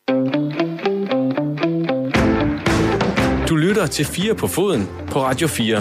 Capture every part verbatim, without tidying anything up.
Du lytter til fire på foden på Radio fire.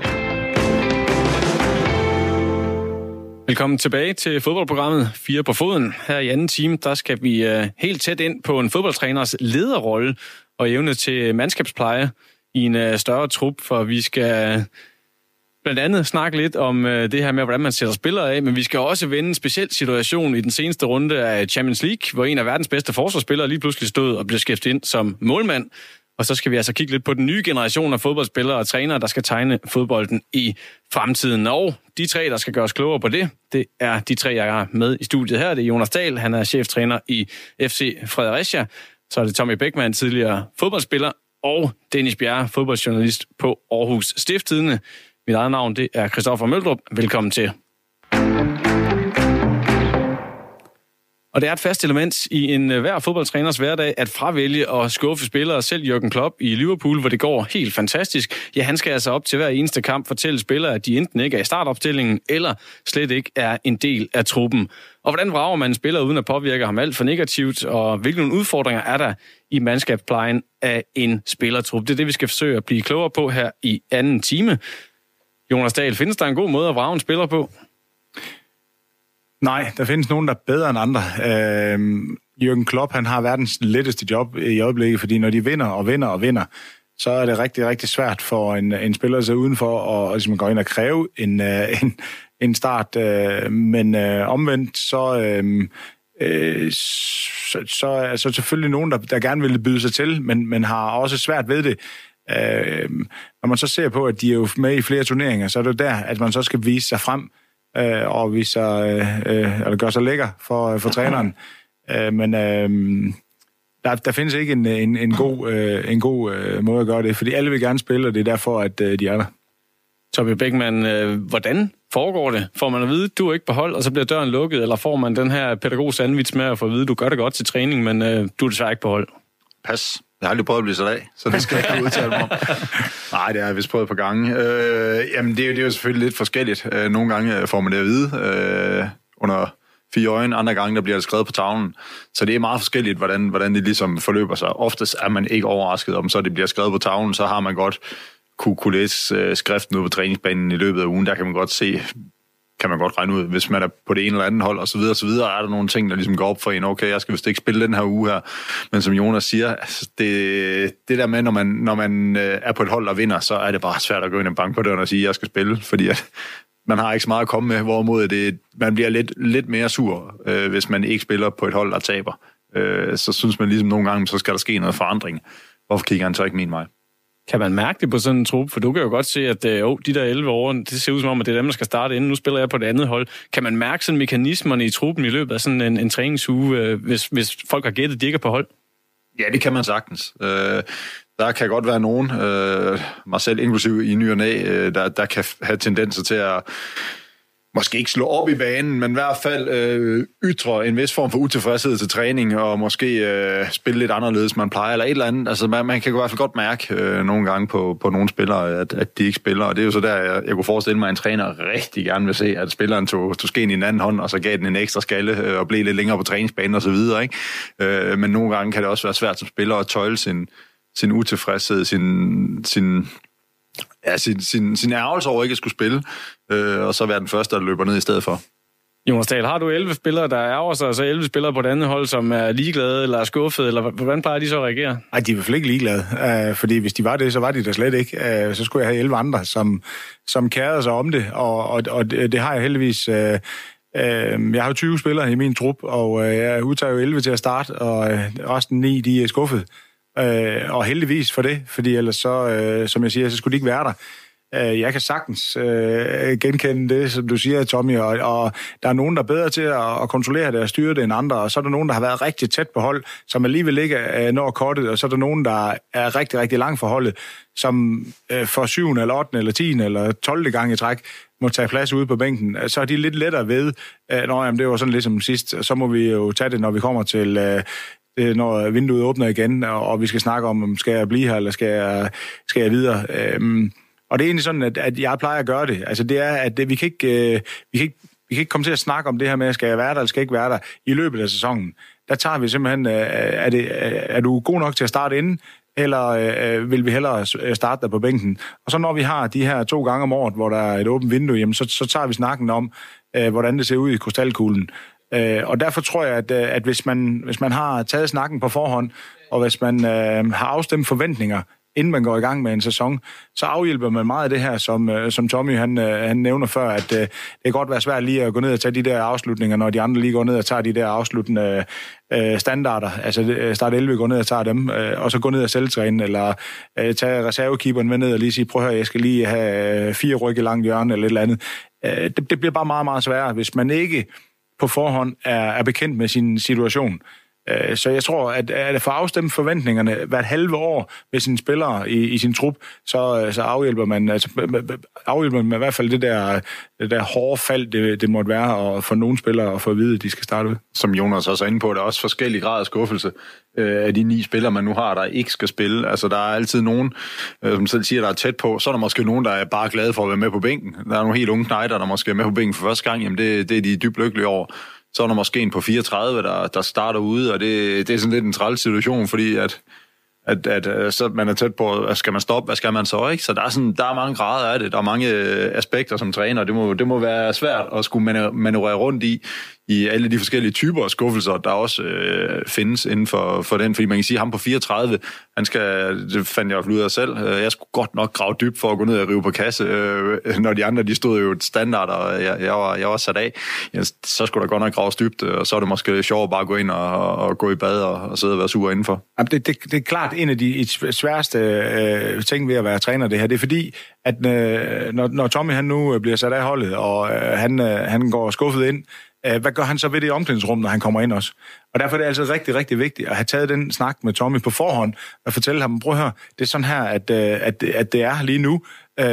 Velkommen tilbage til fodboldprogrammet fire på foden. Her i anden time, der skal vi uh, helt tæt ind på en fodboldtræners lederrolle og evne til mandskabspleje i en uh, større trup, for vi skal uh, blandt andet snakke lidt om uh, det her med, hvordan man sætter spillere af, men vi skal også vende en speciel situation i den seneste runde af Champions League, hvor en af verdens bedste forsvarsspillere lige pludselig stod og blev skiftet ind som målmand. Og så skal vi altså kigge lidt på den nye generation af fodboldspillere og trænere, der skal tegne fodbolden i fremtiden. Og de tre, der skal gøre os klogere på det, det er de tre, jeg har med i studiet her. Det er Jonas Dahl, han er cheftræner i F C Fredericia. Så er det Tommy Bechmann, tidligere fodboldspiller, og Dennis Bjerre, fodboldjournalist på Aarhus Stiftstidende. Mit eget navn, det er Christoffer Møldrup. Velkommen til. Og det er et fast element i en hver fodboldtræners hverdag at fravælge og skuffe spillere. Selv Jürgen Klopp i Liverpool, hvor det går helt fantastisk. Ja, han skal altså op til hver eneste kamp fortælle spillere, at de enten ikke er i startopstillingen, eller slet ikke er en del af truppen. Og hvordan vrager man en spiller uden at påvirke ham alt for negativt? Og hvilke udfordringer er der i mandskabsplejen af en spillertrup? Det er det, vi skal forsøge at blive klogere på her i anden time. Jonas Dahl, findes der en god måde at vrage en spiller på? Nej, der findes nogen, der er bedre end andre. Øh, Jürgen Klopp, han har verdens letteste job i øjeblikket, fordi når de vinder og vinder og vinder, så er det rigtig, rigtig svært for en, en spiller at sidde udenfor og ligesom gå ind og kræve en, en, en start. Øh, men øh, omvendt, så, øh, øh, så, så er så selvfølgelig nogen, der, der gerne vil byde sig til, men, men har også svært ved det. Øh, når man så ser på, at de er jo med i flere turneringer, så er det der, at man så skal vise sig frem, Øh, og vi så, øh, eller gør sig lækker for, for træneren. Øh, men øh, der, der findes ikke en, en, en god, øh, en god øh, måde at gøre det, fordi alle vil gerne spille, og det er derfor, at øh, de er der. Tommy Bechmann, øh, hvordan foregår det? Får man at vide, at du er ikke på hold, og så bliver døren lukket, eller får man den her pædagog-sandwich med at få at vide, at du gør det godt til træning, men øh, du er desværre ikke på hold? Pas. Jeg har aldrig prøvet at blive sat af, så det skal jeg ikke udtale mig om. Nej, det har jeg vist prøvet på gange. Øh, jamen, det er, jo, det er jo selvfølgelig lidt forskelligt. Øh, nogle gange får man det at vide øh, under fire øjne, andre gange der bliver det skrevet på tavlen. Så det er meget forskelligt, hvordan, hvordan det ligesom forløber sig. Oftest er man ikke overrasket om, så det bliver skrevet på tavlen, så har man godt kunne, kunne læse øh, skriften ud på træningsbanen i løbet af ugen. Der kan man godt se, kan man godt regne ud, hvis man er på det ene eller andet hold, og så videre, og så videre, er der nogle ting, der ligesom går op for en. Okay, jeg skal vist ikke spille den her uge her. Men som Jonas siger, altså det, det der med, når man, når man er på et hold, der vinder, så er det bare svært at gå ind og banke på døren og sige, at jeg skal spille, fordi at man har ikke så meget at komme med, hvorimod det, man bliver lidt, lidt mere sur, øh, hvis man ikke spiller på et hold, der taber. Øh, så synes man ligesom nogle gange, så skal der ske noget forandring. Hvorfor kigger han så ikke min vej? Kan man mærke det på sådan en trup? For du kan jo godt se, at øh, de der elleve år, det ser ud som om, at det er dem, der skal starte inden. Nu spiller jeg på det andet hold. Kan man mærke sådan mekanismerne i truppen i løbet af sådan en, en træningsuge, øh, hvis, hvis folk har gættet, de ikke er på hold? Ja, det kan man sagtens. Øh, der kan godt være nogen, øh, mig selv inklusive i ny og næ, øh, der, der kan have tendenser til at måske ikke slå op i banen, men i hvert fald øh, ytre en vis form for utilfredshed til træning, og måske øh, spille lidt anderledes, man plejer, eller et eller andet. Altså, man, man kan i hvert fald godt mærke øh, nogle gange på, på nogle spillere, at, at de ikke spiller, og det er jo så der, jeg, jeg kunne forestille mig, at en træner rigtig gerne vil se, at spilleren tog, tog skeen i en anden hånd, og så gav den en ekstra skalle, øh, og blev lidt længere på træningsbanen og så videre, ikke? Øh, men nogle gange kan det også være svært som spiller at tøjle sin, sin utilfredshed, sin... sin Ja, sin, sin, sin ærgelse over ikke at skulle spille, øh, og så være den første, der løber ned i stedet for. Jonas Dahl, har du elleve spillere, der ærger sig, og så elleve spillere på det andet hold, som er ligeglade eller er skuffet, eller hvordan plejer de så at reagere? Nej, de er i hvert fald ikke ligeglade, øh, fordi hvis de var det, så var de der slet ikke. Øh, så skulle jeg have elleve andre, som, som kærede sig om det, og, og, og det, det har jeg heldigvis. Øh, øh, jeg har jo tyve spillere i min trup, og øh, jeg udtager jo elleve til at starte, og øh, resten ni, de er skuffet. Øh, og heldigvis for det, fordi ellers så, øh, som jeg siger, så skulle de ikke være der. Øh, jeg kan sagtens øh, genkende det, som du siger, Tommy, og, og der er nogen, der er bedre til at, at kontrollere det og styre det end andre, og så er der nogen, der har været rigtig tæt på hold, som alligevel ikke er når kortet, og så er der nogen, der er rigtig, rigtig langt for holdet, som øh, for syvende eller ottende eller tiende eller tolvte gang i træk må tage plads ude på bænken. Så er de lidt lettere ved, øh, nå, jamen, det var sådan ligesom sidst, så må vi jo tage det, når vi kommer til... Øh, når vinduet åbner igen, og vi skal snakke om, skal jeg blive her, eller skal jeg, skal jeg videre. Øhm, og det er egentlig sådan, at, at jeg plejer at gøre det. Altså det er, at det, vi, kan ikke, øh, vi, kan ikke, vi kan ikke komme til at snakke om det her med, skal jeg være der, eller skal jeg ikke være der, i løbet af sæsonen. der tager vi simpelthen, øh, er, det, er du god nok til at starte inden, eller øh, vil vi hellere starte der på bænken? Og så når vi har de her to gange om året, hvor der er et åbent vindue, jamen, så, så tager vi snakken om, øh, hvordan det ser ud i krystalkuglen. Øh, og derfor tror jeg, at, at hvis, man, hvis man har taget snakken på forhånd, og hvis man øh, har afstemt forventninger, inden man går i gang med en sæson, så afhjælper man meget af det her, som, som Tommy han, han nævner før, at uh, det kan godt være svært lige at gå ned og tage de der afslutninger, når de andre lige går ned og tager de der afsluttende uh, standarder, altså start elleve går ned og tager dem, uh, og så gå ned og selvtræne, eller uh, tage reservekeeperen med ned og lige sige, prøv at høre, jeg skal lige have uh, fire rygge langt hjørne, eller et eller andet. Uh, det, det bliver bare meget, meget sværere, hvis man ikke på forhånd er, er bekendt med sin situation. Så jeg tror, at er det for afstemt forventningerne hvert halve år med sine spillere i, i sin trup, så, så afhjælper man altså, afhjælper man i hvert fald det der, det der hårde fald, det, det måtte være, og for nogle spillere at få at vide, at de skal starte ud. Som Jonas også er inde på, der er også forskellige grader af skuffelse øh, af de ni spillere, man nu har, der ikke skal spille. Altså, der er altid nogen, øh, som selv siger, der er tæt på. Så er der måske nogen, der er bare glade for at være med på bænken. Der er nogle helt unge knejder, der måske er med på bænken for første gang. Jamen, det, det er de dybt lykkelige over. Så er der måske en på fireogtredive, der, der starter ude, og det, det er sådan lidt en træls situation, fordi at, at, at så man er tæt på, at skal man stoppe, hvad skal man så, ikke? Så der er, sådan, der er mange grader af det, der er mange aspekter som træner, det må, det må være svært at skulle manøvrere rundt i, i alle de forskellige typer af skuffelser, der også øh, findes inden for, for den, fordi man kan sige, at ham på fireogtredive, han skal, det fandt jeg ud af selv, jeg skulle godt nok grave dybt for at gå ned og rive på kasse, øh, når de andre, de stod jo et standard, og jeg, jeg, var, jeg var sat af, ja, så skulle der godt nok graves dybt, og så er det måske sjovt bare at gå ind og, og gå i bad og, og sidde og være sur indenfor. Det, det, det er klart en af de sværeste øh, ting ved at være træner, det her, det er fordi, at øh, når, når Tommy han nu bliver sat af holdet, og øh, han, øh, han går skuffet ind, hvad gør han så ved det omklædningsrum, når han kommer ind også? Og derfor er det altså rigtig, rigtig vigtigt at have taget den snak med Tommy på forhånd, og fortælle ham, prøv at høre, det er sådan her, at, at, at det er lige nu,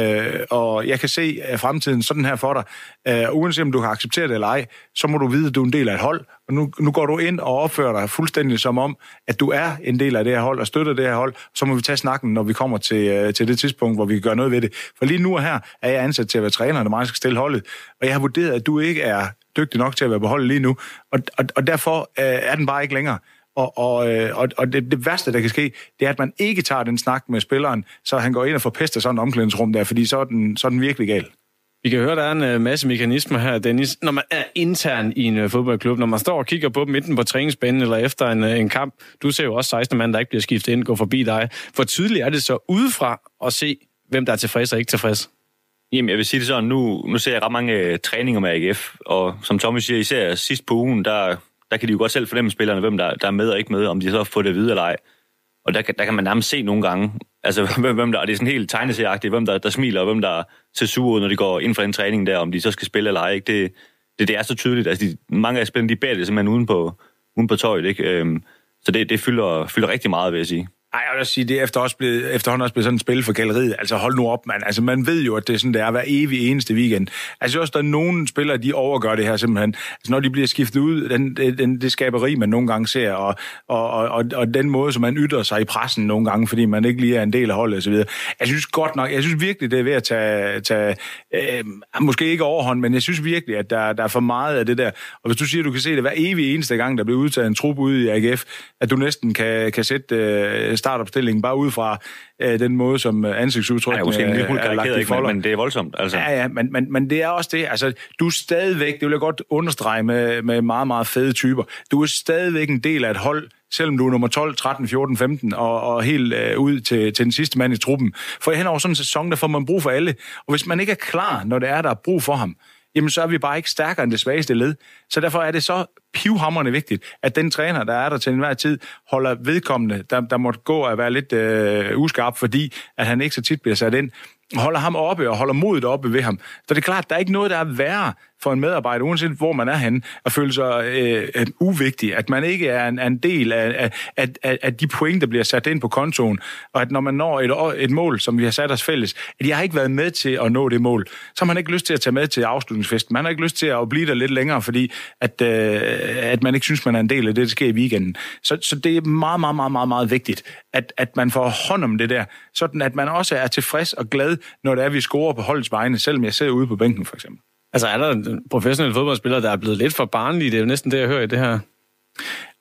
og jeg kan se fremtiden sådan her for dig. Uanset om du kan acceptere det eller ej, så må du vide, at du er en del af et hold, og nu, nu går du ind og opfører dig fuldstændig som om, at du er en del af det her hold, og støtter det her hold, så må vi tage snakken, når vi kommer til, til det tidspunkt, hvor vi kan gøre noget ved det. For lige nu og her er jeg ansat til at være træner, når man skal stille holdet, og jeg har vurderet, at du ikke er dygtig nok til at være på holdet lige nu, og, og, og derfor øh, er den bare ikke længere. Og, og, og, og det, det værste, der kan ske, det er, at man ikke tager den snak med spilleren, så han går ind og forpester sådan et omklædningsrum der, fordi så er den, så er den virkelig gal. Vi kan høre, der er en masse mekanismer her, Dennis. Når man er intern i en fodboldklub, når man står og kigger på dem enten på træningsbanen eller efter en, en kamp, du ser jo også seksten mand, der ikke bliver skiftet ind, gå forbi dig. Hvor tydeligt er det så udefra at se, hvem der er tilfreds og ikke tilfreds? Jamen, jeg vil sige det sådan, nu, nu ser jeg ret mange uh, træninger med A G F, og som Tommy siger, især sidst på ugen, der, der kan de jo godt selv fornemme spillerne, hvem der, der er med og ikke med, om de så får det at vide eller ej. Og der, der kan man nærmest se nogle gange, altså hvem der, det er sådan helt tegneserieagtigt, hvem der, der smiler, og hvem der ser sure ud, når de går ind for den træning der, om de så skal spille eller ej. Ikke? Det, det, det er så tydeligt, altså de, mange af spillerne, de bærer det simpelthen uden på, uden på tøjet, ikke? Øhm, så det, det fylder, fylder rigtig meget, vil jeg sige. Ej, jeg vil sige, det er efter også blevet, efterhånden også blevet sådan et spil for galleriet. Altså hold nu op, mand. Altså man ved jo, at det er sådan, det er hver evig eneste weekend. Altså også der er nogle spillere, de overgør det her simpelthen. Altså når de bliver skiftet ud, den, den, det skaberi, man nogle gange ser, og, og, og, og den måde, som man ytrer sig i pressen nogle gange, fordi man ikke lige er en del af holdet og så videre. Jeg synes godt nok, jeg synes virkelig, det er ved at tage, tage øh, måske ikke overhånd, men jeg synes virkelig, at der, der er for meget af det der. Og hvis du siger, at du kan se det hver evig eneste gang, der bliver udtaget en trup ude i A G F, at du næsten kan, kan sætte øh, startopstillingen bare ud fra øh, den måde, som ansigtsudtryk er, er, er lagt i folder. Men det er voldsomt. Altså. Ja, ja, men, men, men det er også det. Altså, du er stadigvæk, det vil jeg godt understrege med, med meget, meget fede typer, du er stadigvæk en del af et hold, selvom du er nummer tolv, tretten, fjorten, femten og, og helt øh, ud til, til den sidste mand i truppen. For hen over sådan en sæson, der får man brug for alle. Og hvis man ikke er klar, når det er, der er brug for ham, jamen så er vi bare ikke stærkere end det svageste led. Så derfor er det så pivhamrende vigtigt, at den træner, der er der til enhver tid, holder vedkommende, der, der måtte gå og være lidt øh, uskarp, fordi at han ikke så tit bliver sat ind, holder ham oppe og holder modet oppe ved ham. Så det er klart, der er ikke noget, der er værre for en medarbejder, uanset hvor man er henne, at føle sig øh, øh, uvigtig, at man ikke er en, en del af, af, af, af de point, der bliver sat ind på kontoen, og at når man når et, et mål, som vi har sat os fælles, at jeg har ikke været med til at nå det mål, så har man ikke lyst til at tage med til afslutningsfesten. Man har ikke lyst til at blive der lidt længere, fordi at, øh, at man ikke synes, man er en del af det, der sker i weekenden. Så, så det er meget, meget, meget, meget, meget vigtigt, at, at man får hånd om det der, sådan at man også er tilfreds og glad, når det er, vi scorer på holdets vegne, selvom jeg sidder ude på bænken, for eksempel. Altså er der professionelle fodboldspillere, der er blevet lidt for barnlige? Det er jo næsten det, jeg hører i det her.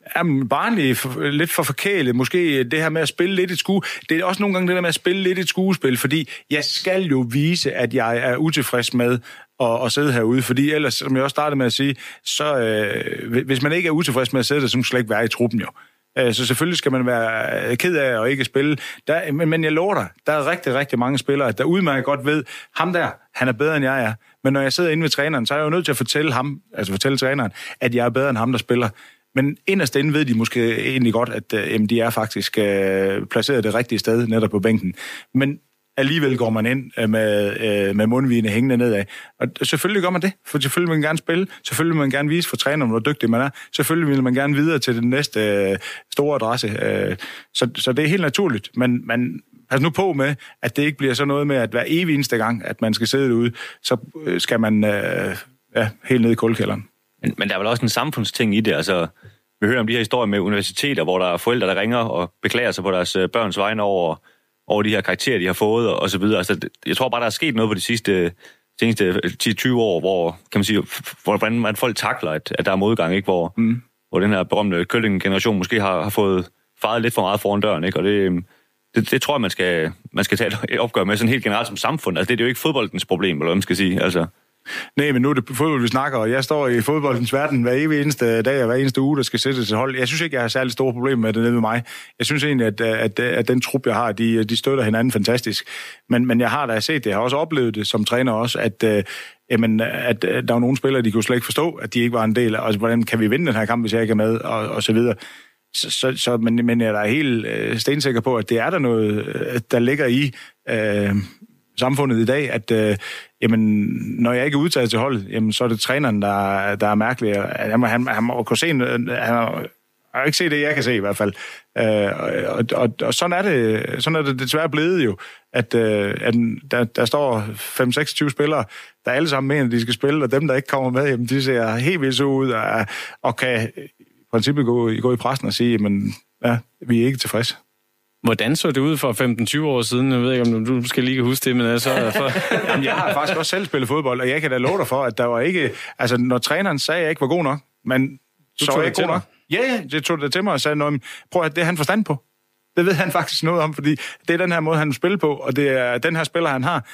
Jamen, barnlig, for, lidt for forkælet. Måske det her med at spille lidt et skue. Det er også nogle gange det der med at spille lidt et skuespil, fordi jeg skal jo vise, at jeg er utilfreds med at, at sidde herude, fordi ellers, som jeg også startede med at sige, så øh, hvis man ikke er utilfreds med at sidde der, så må man slet ikke være i truppen jo. Så selvfølgelig skal man være ked af at ikke spille. Der, men, men jeg lover dig, der er rigtig, rigtig mange spillere, der udmærket godt ved, ham der, han er bedre end jeg er. Men når jeg sidder inde ved træneren, så er jeg jo nødt til at fortælle ham, altså fortælle træneren, at jeg er bedre end ham, der spiller. Men inderst inde ved de måske egentlig godt, at øh, de er faktisk øh, placeret det rigtige sted, netop på bænken. Men alligevel går man ind med, øh, med mundvigene hængende nedad. Og selvfølgelig gør man det, for selvfølgelig vil man gerne spille. Selvfølgelig vil man gerne vise for træneren, hvor dygtig man er. Selvfølgelig vil man gerne videre til den næste øh, store adresse. Øh, så, så det er helt naturligt. Men man pas nu på med, at det ikke bliver så noget med, at hver evig eneste gang, at man skal sidde derude, så skal man øh, ja, helt ned i kuldekælderen. Men, men der er vel også en samfundsting i det. Altså, vi hører om de her historier med universiteter, hvor der er forældre, der ringer og beklager sig på deres børns vegne over over de her karakterer, de har fået, og så videre. Altså, jeg tror bare, der er sket noget på de sidste, seneste ti til tyve år, hvor, kan man sige, hvordan man folk takler, at, at der er modgang, ikke? Hvor, mm. hvor den her berømte Kølling-generation måske har, har fået faret lidt for meget foran døren, ikke? Og det, det, det tror jeg, man skal, man skal tage et opgør med sådan helt generelt som samfund. Altså, det er jo ikke fodboldens problem, eller hvad man skal sige, altså. Nej, men nu er det fodbold, vi snakker, og jeg står i fodboldens verden hver evig eneste dag og hver eneste uge, der skal sætte til hold. Jeg synes ikke, jeg har særlig store problemer med det nede med mig. Jeg synes egentlig, at, at, at den trup, jeg har, de, de støtter hinanden fantastisk. Men, men jeg har da set det, jeg har også oplevet det som træner også, at, at, jamen, at, at der var nogle spillere, de kunne slet ikke forstå, at de ikke var en del af, altså, hvordan kan vi vinde den her kamp, hvis jeg ikke er med, og, og så videre. Så, så, så, men, men jeg er da helt øh, stensikker på, at det er der noget, der ligger i øh, samfundet i dag, at øh, jamen, når jeg ikke er udtaget til hold, jamen, så er det træneren, der, der er mærkelig. Han må, han, han må kunne se, han har, har ikke set det, jeg kan se i hvert fald. Øh, og, og, og sådan er det, sådan er det desværre blevet jo, at, øh, at der, der står fem til seksogtyve spillere, der alle sammen mener, at de skal spille, og dem, der ikke kommer med, jamen, de ser helt vildt så ud, og, og kan i princippet gå, gå i pressen og sige, jamen, ja, vi er ikke tilfredse. Hvordan så det ud for femten til tyve år siden? Jeg ved ikke, om du skal lige kan huske det, men altså... For... Jamen, jeg har faktisk også selv spillet fodbold, og jeg kan da love dig for, at der var ikke... Altså, når træneren sagde, at jeg ikke var god nok, men du så var jeg ikke god nok. Ja, ja, det tog det til mig og sagde, noget, prøv at det er han forstand på. Det ved han faktisk noget om, fordi det er den her måde, han spiller på, og det er den her spiller, han har.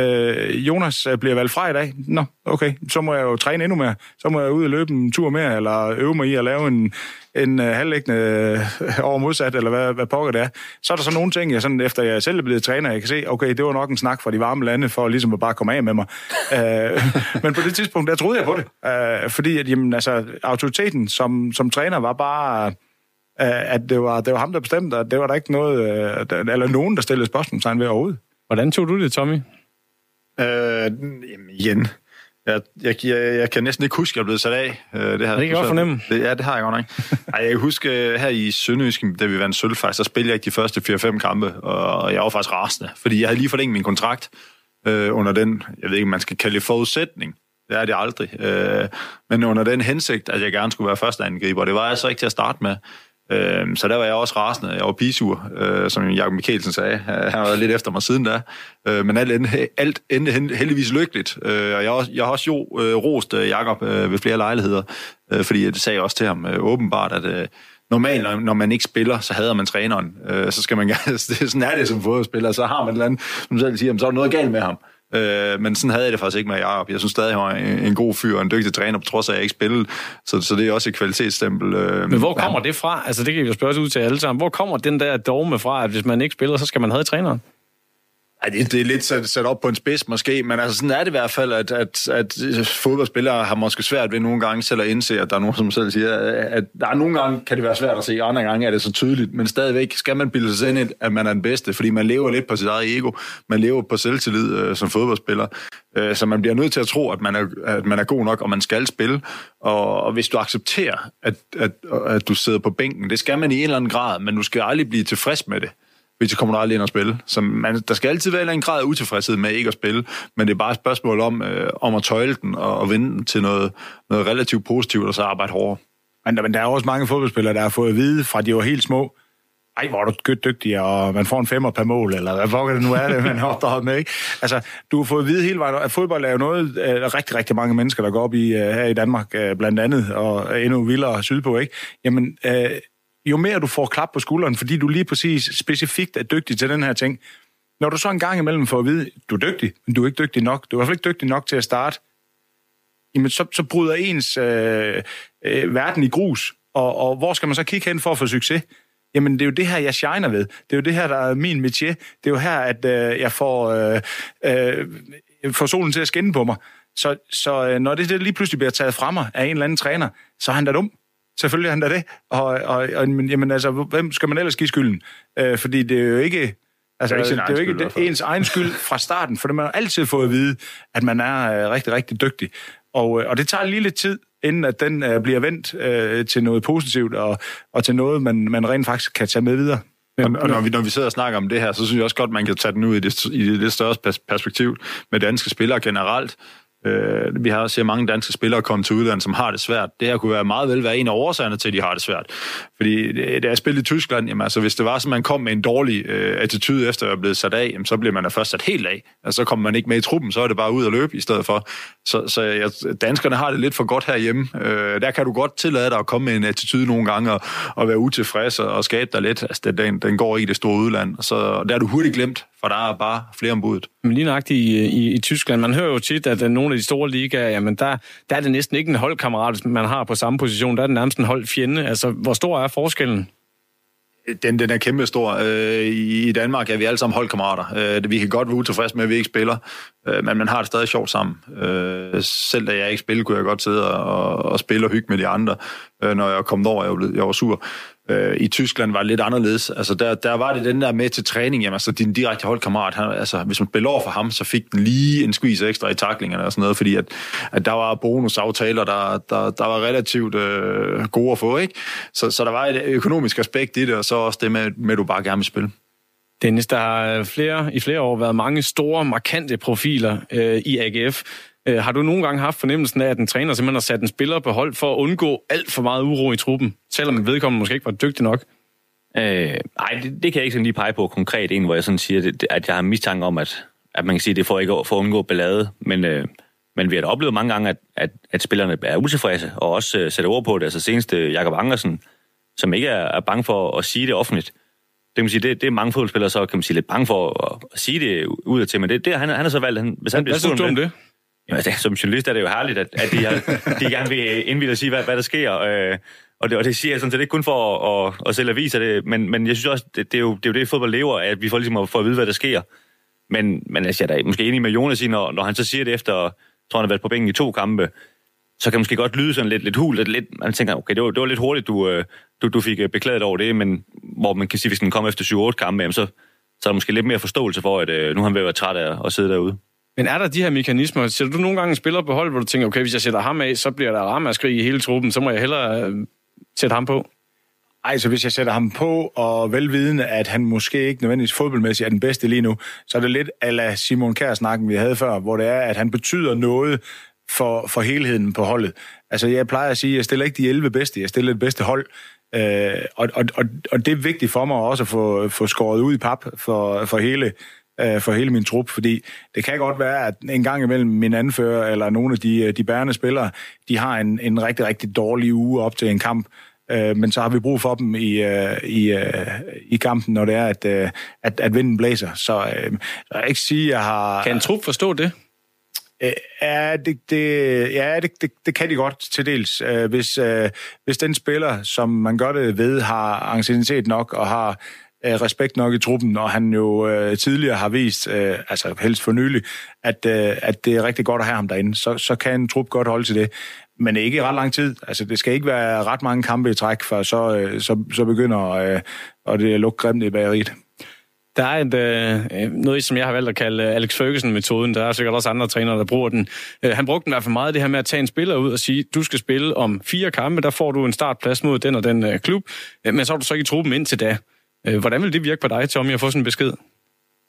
Øh, Jonas bliver valgt fra i dag. Nå, okay, så må jeg jo træne endnu mere. Så må jeg ud og løbe en tur mere, eller øve mig i at lave en, en uh, halvlæggende uh, over modsat, eller hvad, hvad pokker det er. Så er der så nogle ting, jeg sådan, efter jeg selv er blevet træner, jeg kan se, okay, det var nok en snak fra de varme lande, for ligesom at bare komme af med mig. uh, men på det tidspunkt, der troede jeg på det. Uh, fordi, at, jamen, altså, autoriteten som, som træner var bare... Uh, at det var, det var ham, der bestemte, og det var der ikke noget, uh, eller nogen, der stillede spørgsmålstegn ved overhovedet. Hvordan tog du det, Tommy? Øh, jamen igen. Jeg, jeg, jeg, jeg kan næsten ikke huske, at jeg er blevet sat af. Øh, det har det kan godt fornemme. Det, ja, det har jeg godt nok. Ej, jeg kan huske her i Sønderjysk, da vi vandt sølv, faktisk, så spillede jeg ikke de første fire fem kampe, og jeg var faktisk rasende, fordi jeg havde lige forlænget min kontrakt øh, under den, jeg ved ikke, man skal kalde det forudsætning. Det er det aldrig. Øh, men under den hensigt, at jeg gerne skulle være første angriber, det var jeg så ikke til at starte med. Så der var jeg også rasende. Jeg var pisur, som Jakob Mikkelsen sagde. Han har været lidt efter mig siden da. Men alt endte, alt endte heldigvis lykkeligt. Og jeg har også, jeg har også jo rost Jakob ved flere lejligheder, fordi det sagde jeg også til ham åbenbart, at normalt, når man ikke spiller, så hader man træneren. Så skal man gerne... Sådan er det som fodboldspiller. Så har man et eller andet, som selv siger, så er der noget galt med ham. Øh, men sådan havde jeg det faktisk ikke med Jakob. Jeg synes stadig, han var en, en god fyr og en dygtig træner, på trods af, at jeg ikke spillede. Så, så det er også et kvalitetsstempel. Øh, men hvor kommer det fra? Altså, det kan vi jo spørge ud til alle sammen. Hvor kommer den der dogme fra, at hvis man ikke spiller, så skal man have træneren? Ej, det, det er lidt sat, sat op på en spids måske, men altså sådan er det i hvert fald, at, at, at fodboldspillere har måske svært ved nogle gange selv at indse, at der er nogen, som selv siger, at der er nogle gange kan det være svært at se, andre gange er det så tydeligt, men stadigvæk skal man bilde sig ind, at man er den bedste, fordi man lever lidt på sit eget ego, man lever på selvtillid øh, som fodboldspiller, øh, så man bliver nødt til at tro, at man er, at man er god nok, og man skal spille, og, og hvis du accepterer, at, at, at du sidder på bænken, det skal man i en eller anden grad, men du skal aldrig blive tilfreds med det. Hvis så kommer du aldrig ind og spille. Så man, der skal altid være en grad af utilfredshed med ikke at spille, men det er bare et spørgsmål om, øh, om at tøjle den og, og vinde til noget, noget relativt positivt, og så arbejde hårdere. Men, men der er også mange fodboldspillere, der har fået at vide, fra de var helt små, ej, hvor er du gødt dygtig, og man får en femmer per mål, eller hvad fuck det nu er det, man har opdraget med, ikke? Altså, du har fået at vide hele vejen, at fodbold er jo noget, uh, rigtig, rigtig mange mennesker, der går op i uh, her i Danmark, uh, blandt andet, og endnu vildere sydpå, ikke? Jamen, uh, jo mere du får klap på skulderen, fordi du lige præcis specifikt er dygtig til den her ting, når du så en gang imellem får at vide, du er dygtig, men du er ikke dygtig nok, du er i hvert fald ikke dygtig nok til at starte, jamen så, så bryder ens øh, øh, verden i grus, og, og hvor skal man så kigge hen for at få succes? Jamen det er jo det her, jeg shiner ved. Det er jo det her, der er min métier. Det er jo her, at øh, jeg får, øh, øh, får solen til at skinne på mig. Så, så øh, når det, det lige pludselig bliver taget fra mig af en eller anden træner, så er han da dum. Selvfølgelig er han da det. Og, og, og jamen, altså, hvem skal man ellers give skylden? Øh, fordi det er jo ikke... Altså, det er, det er jo ikke det, ens egen skyld fra starten, for man har altid fået at vide, at man er øh, rigtig, rigtig dygtig. Og, og det tager lige lidt tid, inden at den øh, bliver vendt øh, til noget positivt, og, og til noget, man, man rent faktisk kan tage med videre. Og, og når, vi, når vi sidder og snakker om det her, så synes jeg også godt, man kan tage den ud i det, i det lidt større perspektiv med danske spillere generelt. Øh, vi har set mange danske spillere komme til udlandet, som har det svært. Det her kunne være meget vel være en af årsagerne til, at de har det svært. Fordi da jeg spillede i Tyskland, jamen, altså, hvis det var, så man kom med en dårlig øh, attitude efter at være blevet sat af, jamen, så bliver man da først sat helt af. Altså, så kommer man ikke med i truppen, så er det bare ud at løbe i stedet for. Så, så jeg, danskerne har det lidt for godt herhjemme. Øh, der kan du godt tillade dig at komme med en attitude nogle gange og, og være utilfreds og, og skabe dig lidt. Altså, den, den går ikke i det store udland. Så der er du hurtigt glemt, for der er bare flere om budet. Men lige nøjagtigt i, i, i Tyskland, man hører jo tit, at nogle af de store ligaer, jamen der, der er det næsten ikke en holdkammerat, man har på samme position. Der er det nærmest en holdfjende. Altså, hvor stor er forskellen? Den, den er kæmpe stor. Øh, I Danmark er vi alle sammen holdkammerater. Øh, vi kan godt være utilfredse med, at vi ikke spiller, øh, men man har det stadig sjovt sammen. Øh, selv da jeg ikke spiller, kunne jeg godt sidde og, og spille og hygge med de andre. Øh, når jeg kom over, jeg var, jeg var sur. Øh, I Tyskland var det lidt anderledes. Altså, der, der var det den der med til træning. Jamen, altså, din direkte holdkammerat, han, altså, hvis man spiller over for ham, så fik den lige en squeeze ekstra i taklingerne og sådan noget, fordi at, at der var bonusaftaler, der, der, der var relativt øh, gode at få, ikke? Så, så der var et økonomisk aspekt i det, og så også det med, med at du bare gerne vil spille. Dennis, der har flere, i flere år været mange store, markante profiler øh, i A G F. Øh, har du nogle gange haft fornemmelsen af, at en træner simpelthen har sat en spiller på hold for at undgå alt for meget uro i truppen, selvom vedkommende måske ikke var dygtig nok? Øh, nej, det, det kan jeg ikke sådan lige pege på konkret en, hvor jeg sådan siger, det, at jeg har mistanke om, at, at man kan sige, at det får ikke for at undgå ballade. Men, øh, men vi har da oplevet mange gange, at, at, at spillerne er utilfredse, og også øh, sætter ord på det. Altså senest øh, Jakob Ankersen, som ikke er, er bange for at sige det offentligt. Det kan man sige, det, det er mange fodboldspillere så kan man sige lidt bange for at, at sige det udadtil, men det, det han, han har så valgt, han, hvis han bliver spurgt om det. Ja, det, som journalist er det jo herligt, at, at de, har, de gerne vil indvilde at sige, hvad, hvad der sker. Øh, og, det, og det siger jeg sådan set ikke kun for at, at, at sælge aviser, det, men, men jeg synes også, det, det, er jo, det er jo det, fodbold lever, at vi får ligesom at få at vide, hvad der sker. Men, men altså, jeg er da måske enig med Jonas i, når, når han så siger det efter, tror han har været på bænken i to kampe, så kan det måske godt lyde sådan lidt, lidt hul, lidt, lidt, man tænker, okay, det var, det var lidt hurtigt, du, du, du fik beklaget over det, men hvor man kan sige, hvis den kommer efter syv otte kampe, så, så er der måske lidt mere forståelse for, at nu har han været træt af at sidde derude. Men er der de her mekanismer? Sætter du nogle gange en spiller på hold, hvor du tænker, okay, hvis jeg sætter ham af, så bliver der ramaskrig i hele truppen, så må jeg hellere øh, sætte ham på? Ej, så hvis jeg sætter ham på, og velvidende, at han måske ikke nødvendigvis fodboldmæssigt er den bedste lige nu, så er det lidt a la Simon Kjær-snakken, vi havde før, hvor det er, at han betyder noget for, for helheden på holdet. Altså, jeg plejer at sige, at jeg stiller ikke de elleve bedste, jeg stiller det bedste hold. Øh, og, og, og, og det er vigtigt for mig også at få, få skåret ud i pap for, for hele for hele min trup, fordi det kan godt være, at en gang imellem min anfører eller nogle af de, de bærende spillere, de har en, en rigtig, rigtig dårlig uge op til en kamp, øh, men så har vi brug for dem i, i, i kampen, når det er, at, at, at vinden blæser. Så øh, jeg kan ikke sige, at jeg har... Kan en trup forstå det? Ja, det, det, ja det, det, det kan de godt til dels. Hvis, hvis den spiller, som man gør det ved, har anciennitet nok og har respekt nok i truppen, og han jo øh, tidligere har vist, øh, altså helst for nylig, at, øh, at det er rigtig godt at have ham derinde, så, så kan en trup godt holde til det. Men ikke i ret lang tid. Altså, det skal ikke være ret mange kampe i træk, for så, øh, så, så begynder øh, og det lukke grimt i bageriet. Der er et, øh, noget, som jeg har valgt at kalde Alex Ferguson-metoden. Der er sikkert også andre trænere, der bruger den. Øh, han brugte den i hvert fald meget, det her med at tage en spiller ud og sige, du skal spille om fire kampe, der får du en startplads mod den og den øh, klub, øh, men så er du så ikke i truppen indtil da. Hvordan vil det virke på dig, Tommy, at få sådan en besked?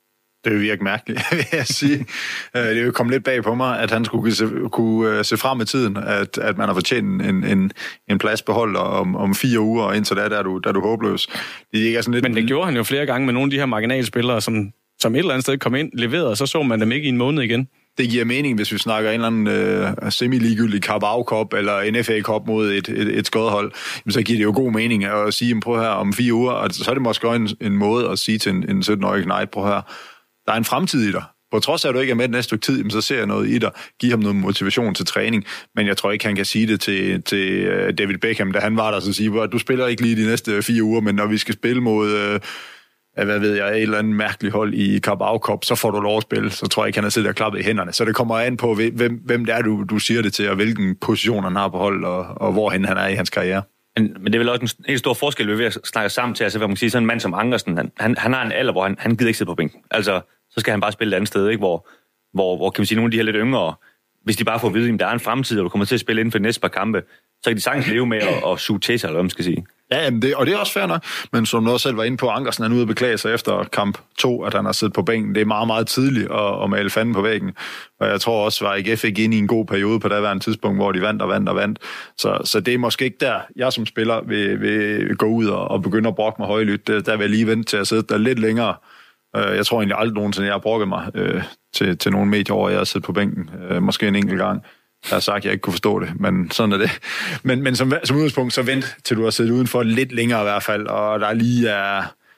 Det vil virke mærkeligt, vil jeg sige. Det er jo kommet lidt bag på mig, at han skulle se, kunne se frem i tiden, at, at man har fortjent en, en, en pladsbeholder om, om fire uger, og indtil da, der er du, der er du håbløs. Det er ikke sådan lidt... Men det gjorde han jo flere gange med nogle af de her marginalspillere, som, som et eller andet sted kom ind, leverede, og så så man dem ikke i en måned igen. Det giver mening, hvis vi snakker en eller anden øh, semi-ligegyldig Carabao Cup eller en F A Cup mod et, et, et skodhold, så giver det jo god mening at sige, prøv her om fire uger, og så er det måske en, en måde at sige til en, en sytten-årig knejt, prøv her, der er en fremtid i dig. På trods af, at du ikke er med det næste stykke tid, så ser jeg noget i dig. Giv ham noget motivation til træning. Men jeg tror ikke, han kan sige det til, til David Beckham, da han var der, så siger, du spiller ikke lige de næste fire uger, men når vi skal spille mod... Øh, hvad ved jeg, et eller andet mærkeligt hold i Carabao Cup, så får du lov at spille, så tror jeg ikke, han har siddet og klappet i hænderne. Så det kommer an på, hvem, hvem det er, du, du siger det til, og hvilken position han har på hold, og, og hvorhen han er i hans karriere. Men, men det er vel også en helt stor forskel, ved at snakke sammen til, altså hvad man kan sige, sådan en mand som Ankersen, han, han, han har en alder, hvor han, han gider ikke sidde på bænken. Altså, så skal han bare spille et andet sted, ikke? Hvor, hvor, hvor kan man sige, nogle af de her lidt yngre, hvis de bare får at vide, at der er en fremtid, og du kommer til at spille inden for de næste par kampe, så kan de sagtens leve med at, at suge til sig, eller hvad man skal sige. Ja, jamen det, og det er også fair nok, men som noget selv var inde på, Ankersen er ude at beklage sig efter kamp to, at han har siddet på bænken. Det er meget, meget tidligt at, at male fanden på væggen, og jeg tror også, at A G F ikke inde i en god periode på det værende tidspunkt, hvor de vandt og vandt og vandt. Så, så det er måske ikke der, jeg som spiller vil, vil gå ud og, og begynde at brokke mig højlydt. Der vil jeg lige vente til at sidde der lidt længere. Jeg tror egentlig aldrig nogensinde, jeg har brokket mig øh, til, til nogle medier over, jeg har siddet på bænken. Øh, måske en enkelt gang. Jeg har sagt, at jeg ikke kunne forstå det, men sådan er det. Men, men som, som udgangspunkt, så vent til du har siddet udenfor lidt længere i hvert fald, og der lige er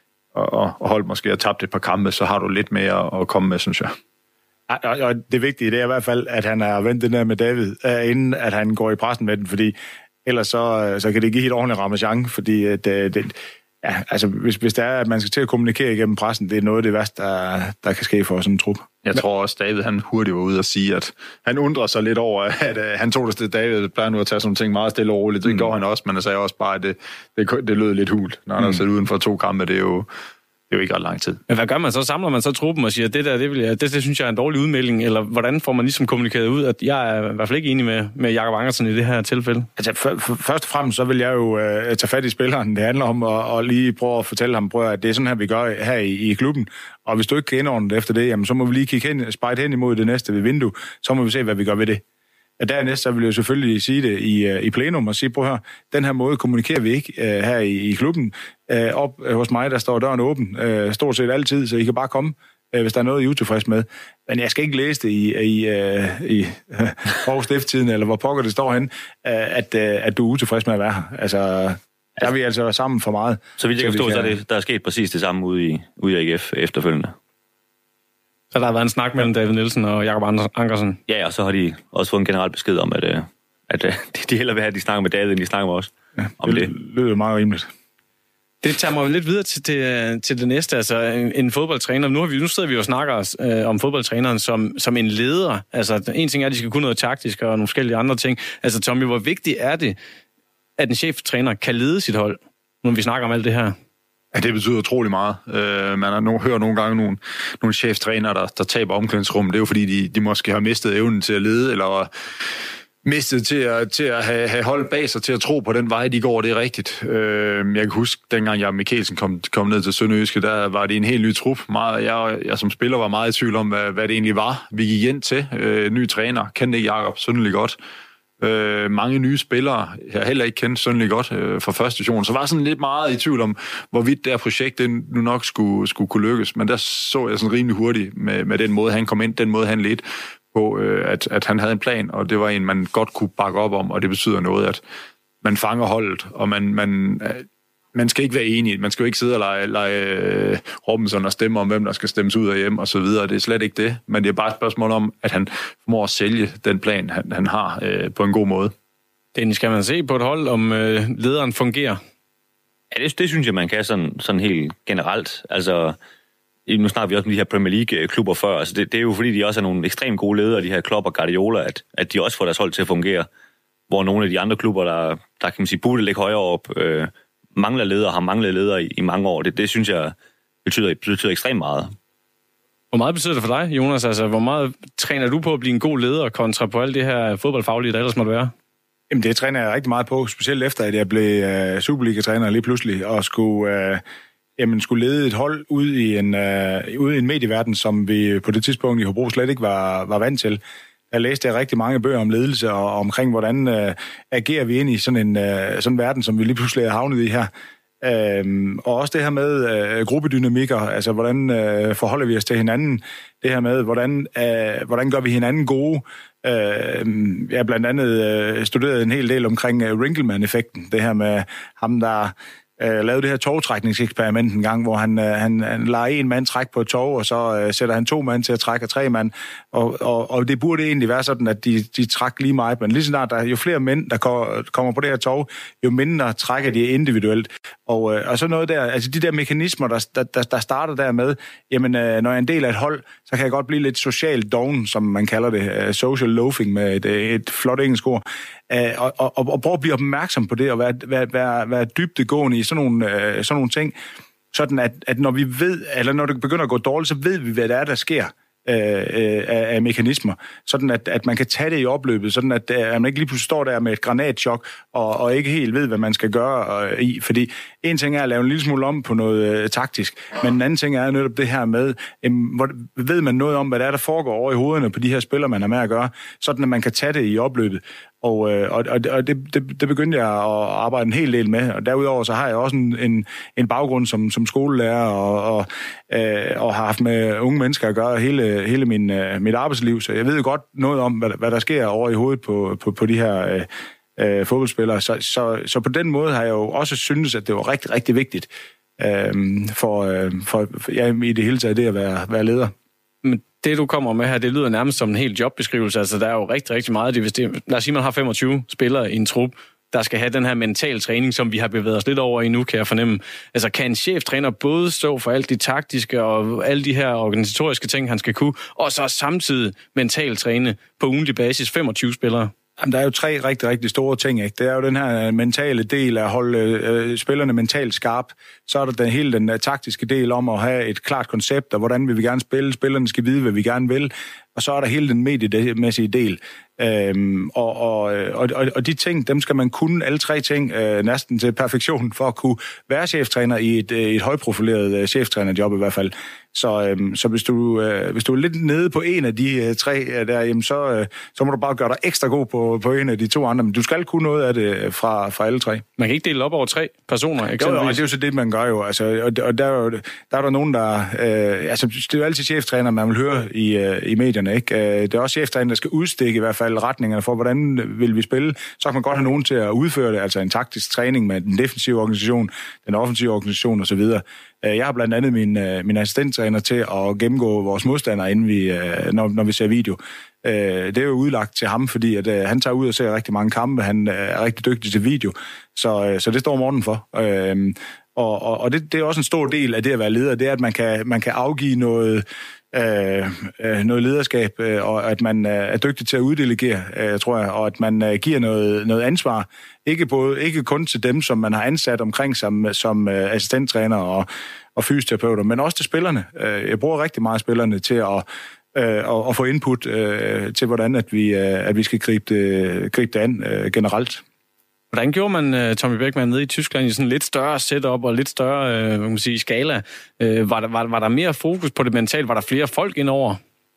og, og holdt måske og tabt et par kampe, så har du lidt mere at komme med, synes jeg. Og, og det vigtige, det er i hvert fald, at han har vendt den der med David, uh, inden at han går i pressen med den, fordi ellers så, så kan det give helt ordentligt ramachan, fordi det, det, ja, altså, hvis, hvis det er, at man skal til at kommunikere igennem pressen, det er noget af det værste, der, der kan ske for sådan en trup. Jeg tror også, David han hurtigt var ude og sige, at han undrer sig lidt over, at uh, han tog det til David, plejer nu at tage sådan nogle ting meget stille og roligt. Det mm. går han også, men han sagde også bare, at det, det, det lød lidt hult, når han mm. har siddet uden for to kampe. Det er jo, det er jo ikke ret lang tid. Men hvad gør man så? Samler man så truppen og siger, at det der, det, vil jeg, det, det synes jeg er en dårlig udmelding, eller hvordan får man ligesom kommunikeret ud, at jeg er i hvert fald ikke enig med, med Jakob Ankersen i det her tilfælde? Altså, for, for, først og fremmest, så vil jeg jo øh, tage fat i spilleren. Det handler om at og lige prøve at fortælle ham, prøve, at det er sådan her, vi gør her i, i klubben. Og hvis du ikke kan indordne det efter det, jamen, så må vi lige kigge hen, spejde hen imod det næste ved vindue. Så må vi se, hvad vi gør ved det. Og dernæst, så vil jeg selvfølgelig sige det i, i plenum og sige, prøv her, den her måde kommunikerer vi ikke uh, her i, i klubben. Uh, op uh, hos mig, der står døren åben, uh, stort set altid, så I kan bare komme, uh, hvis der er noget, I er utilfreds med. Men jeg skal ikke læse det i, i, uh, i uh, Aarhus Stifttiden, eller hvor pokker det står hen, uh, at, uh, at du er utilfreds med at være her. Altså, der er vi altså sammen for meget. Så vidt jeg kan forstå, så er det, der er sket præcis det samme ude i, ude i A G F efterfølgende. Så der har været en snak mellem David Nielsen og Jakob Ankersen? Ja, og så har de også fået en generel besked om, at, at de hellere vil have, at de snakker med David, end de snakker med os. Ja, om det. Det lyder meget rimeligt. Det tager mig lidt videre til det, til det næste, altså en, en fodboldtræner. Nu, har vi, nu sidder vi jo og snakker øh, om fodboldtræneren som, som en leder. Altså en ting er, at de skal kunne noget taktisk og nogle forskellige andre ting. Altså Tommy, hvor vigtigt er det, at en cheftræner kan lede sit hold, når vi snakker om alt det her? Ja, det betyder utrolig meget. Uh, man har no, hørt nogle gange nogle, nogle cheftrænere, der, der taber omklædningsrummet. Det er jo fordi, de, de måske har mistet evnen til at lede, eller mistet til at, til at have, have hold bag sig, til at tro på den vej, de går. Det er rigtigt. Uh, jeg kan huske, dengang Jakob Mikkelsen kom, kom ned til Sønderjyske, der var det en helt ny trup. Meget, jeg, jeg som spiller var meget i tvivl om, hvad, hvad det egentlig var. Vi gik ind til uh, ny træner. Kendte ikke Jakob synderligt godt. Øh, mange nye spillere, jeg har heller ikke kendt synderligt godt øh, fra første division, så var sådan lidt meget i tvivl om, hvorvidt det her projekt det nu nok skulle, skulle kunne lykkes, men der så jeg sådan rimelig hurtigt med, med den måde, han kom ind, den måde, han ledte på, øh, at, at han havde en plan, og det var en, man godt kunne bakke op om, og det betyder noget, at man fanger holdet, og man, man, man skal ikke være enig, man skal jo ikke sidde og lege, lege uh, Robinson og stemme om, hvem der skal stemmes ud af hjem, og så videre, det er slet ikke det, men det er bare et spørgsmål om, at han formår at sælge den plan, han, han har uh, på en god måde. Den skal man se på et hold, om uh, lederen fungerer? Ja, det, det synes jeg, man kan sådan, sådan helt generelt. Altså, nu snakker vi også om de her Premier League-klubber før, altså det, det er jo fordi, de også er nogle ekstremt gode ledere, de her Klopp og Guardiola, at, at de også får deres hold til at fungere, hvor nogle af de andre klubber, der, der kan man sige, burde ligge højere op, øh, mangler ledere, har manglet ledere i, i mange år. Det, det synes jeg betyder, betyder ekstremt meget. Hvor meget betyder det for dig, Jonas? Altså, hvor meget træner du på at blive en god leder kontra på alt det her fodboldfaglige, der ellers måtte være? Jamen, det træner jeg rigtig meget på, specielt efter, at jeg blev uh, Superliga-træner lige pludselig, og skulle uh, jamen, skulle lede et hold ud i en, øh, ud i en medieverden, som vi på det tidspunkt i Hobro slet ikke var, var vant til. Jeg læste rigtig mange bøger om ledelse og, og omkring, hvordan øh, agerer vi ind i sådan en øh, sådan en verden, som vi lige pludselig er havnet i her. Øhm, og også det her med øh, gruppedynamikker, altså hvordan øh, forholder vi os til hinanden, det her med, hvordan, øh, hvordan gør vi hinanden gode. Øh, jeg har blandt andet øh, studeret en hel del omkring øh, Rinkelmann-effekten, det her med ham, der øh, lavede det her togtrækningseksperiment en gang, hvor han, øh, han, han lader en mand trække på et tog, og så øh, sætter han to mand til at trække, og tre mand, og, og, og det burde egentlig være sådan, at de, de trækker lige meget, men lige snart der jo flere mænd, der kommer på det her tog, jo mindre trækker de individuelt. Og, øh, og så noget der, altså de der mekanismer, der, der, der starter der med, jamen øh, når jeg er en del af et hold, så kan jeg godt blive lidt social doven, som man kalder det, uh, social loafing med et, et flot engelsk ord, uh, og, og, og prøve at blive opmærksom på det, og være, være, være, være dybdegående i sådan nogle, uh, sådan nogle ting, sådan at, at når vi ved, eller når det begynder at gå dårligt, så ved vi, hvad det er, der sker af, af mekanismer, sådan at, at man kan tage det i opløbet, sådan at, at man ikke lige pludselig står der med et granatchok, og, og ikke helt ved, hvad man skal gøre uh, i, fordi en ting er at lave en lille smule om på noget uh, taktisk, men en anden ting er netop det her med, um, hvor, ved man noget om, hvad der er, der foregår over i hovederne på de her spillere, man er med at gøre, sådan at man kan tage det i opløbet. Og, og, og det, det, det begyndte jeg at arbejde en hel del med, og derudover så har jeg også en, en, en baggrund som, som skolelærer, og, og, øh, og har haft med unge mennesker at gøre hele, hele min, øh, mit arbejdsliv, så jeg ved jo godt noget om, hvad, hvad der sker over i hovedet på, på, på de her øh, øh, fodboldspillere. Så, så, så på den måde har jeg jo også syntes, at det var rigtig, rigtig vigtigt øh, for, øh, for ja, i det hele taget det at være, være leder. Men det, du kommer med her, det lyder nærmest som en hel jobbeskrivelse. Altså, der er jo rigtig, rigtig meget. Det, det, lad os sige, man har femogtyve spillere i en trup, der skal have den her mental træning, som vi har bevæget os lidt over i nu, kan jeg fornemme. Altså, kan en cheftræner både stå for alt det taktiske og alle de her organisatoriske ting, han skal kunne, og så samtidig mentalt træne på ugentlig basis femogtyve spillere? Jamen, der er jo tre rigtig, rigtig store ting, ikke? Det er jo den her mentale del af at holde øh, spillerne mentalt skarp. Så er der den hele den uh, taktiske del om at have et klart koncept, og hvordan vil vi gerne spille. Spillerne skal vide, hvad vi gerne vil. Og så er der hele den mediemæssige del. Øhm, og, og, og, og de ting, dem skal man kunne, alle tre ting, øh, næsten til perfektion, for at kunne være cheftræner i et, et højprofileret øh, cheftrænerjob i hvert fald. Så, øhm, så hvis, du, øh, hvis du er lidt nede på en af de øh, tre øh, der, jamen så, øh, så må du bare gøre dig ekstra god på, på en af de to andre. Men du skal kunne noget af det fra, fra alle tre. Man kan ikke dele op over tre personer, eksempelvis. Jo, og det er jo så det, man gør jo. Altså, og og der, er jo, der er der nogen, der... Øh, altså, det er jo altid cheftræner, man vil høre i, øh, i medierne, ikke? Øh, det er også cheftræner, der skal udstikke i hvert fald retningerne for, hvordan vil vi spille. Så kan man godt have nogen til at udføre det, altså en taktisk træning med den defensive organisation, den offensive organisation osv. Jeg har blandt andet min, min assistenttræner til at gennemgå vores modstandere, inden vi, når, når vi ser video. Det er jo udlagt til ham, fordi at, han tager ud og ser rigtig mange kampe. Han er rigtig dygtig til video, så, så det står Morten for. Og, og, og det, det er også en stor del af det at være leder, det er, at man kan, man kan afgive noget, øh, noget lederskab, og at man er dygtig til at uddelegere, øh, tror jeg, og at man øh, giver noget, noget ansvar. Ikke, både, ikke kun til dem, som man har ansat omkring som, som øh, assistenttræner og, og fysioterapeuter, men også til spillerne. Øh, jeg bruger rigtig meget spillerne til at, øh, at, at få input øh, til, hvordan at vi, øh, at vi skal gribe det, gribe det an øh, generelt. Hvordan gjorde man Tommy Bechmann nede i Tyskland i sådan lidt større setup og lidt større øh, hvad man sige, skala? Øh, var, der, var, var der mere fokus på det mentale? Var der flere folk indover?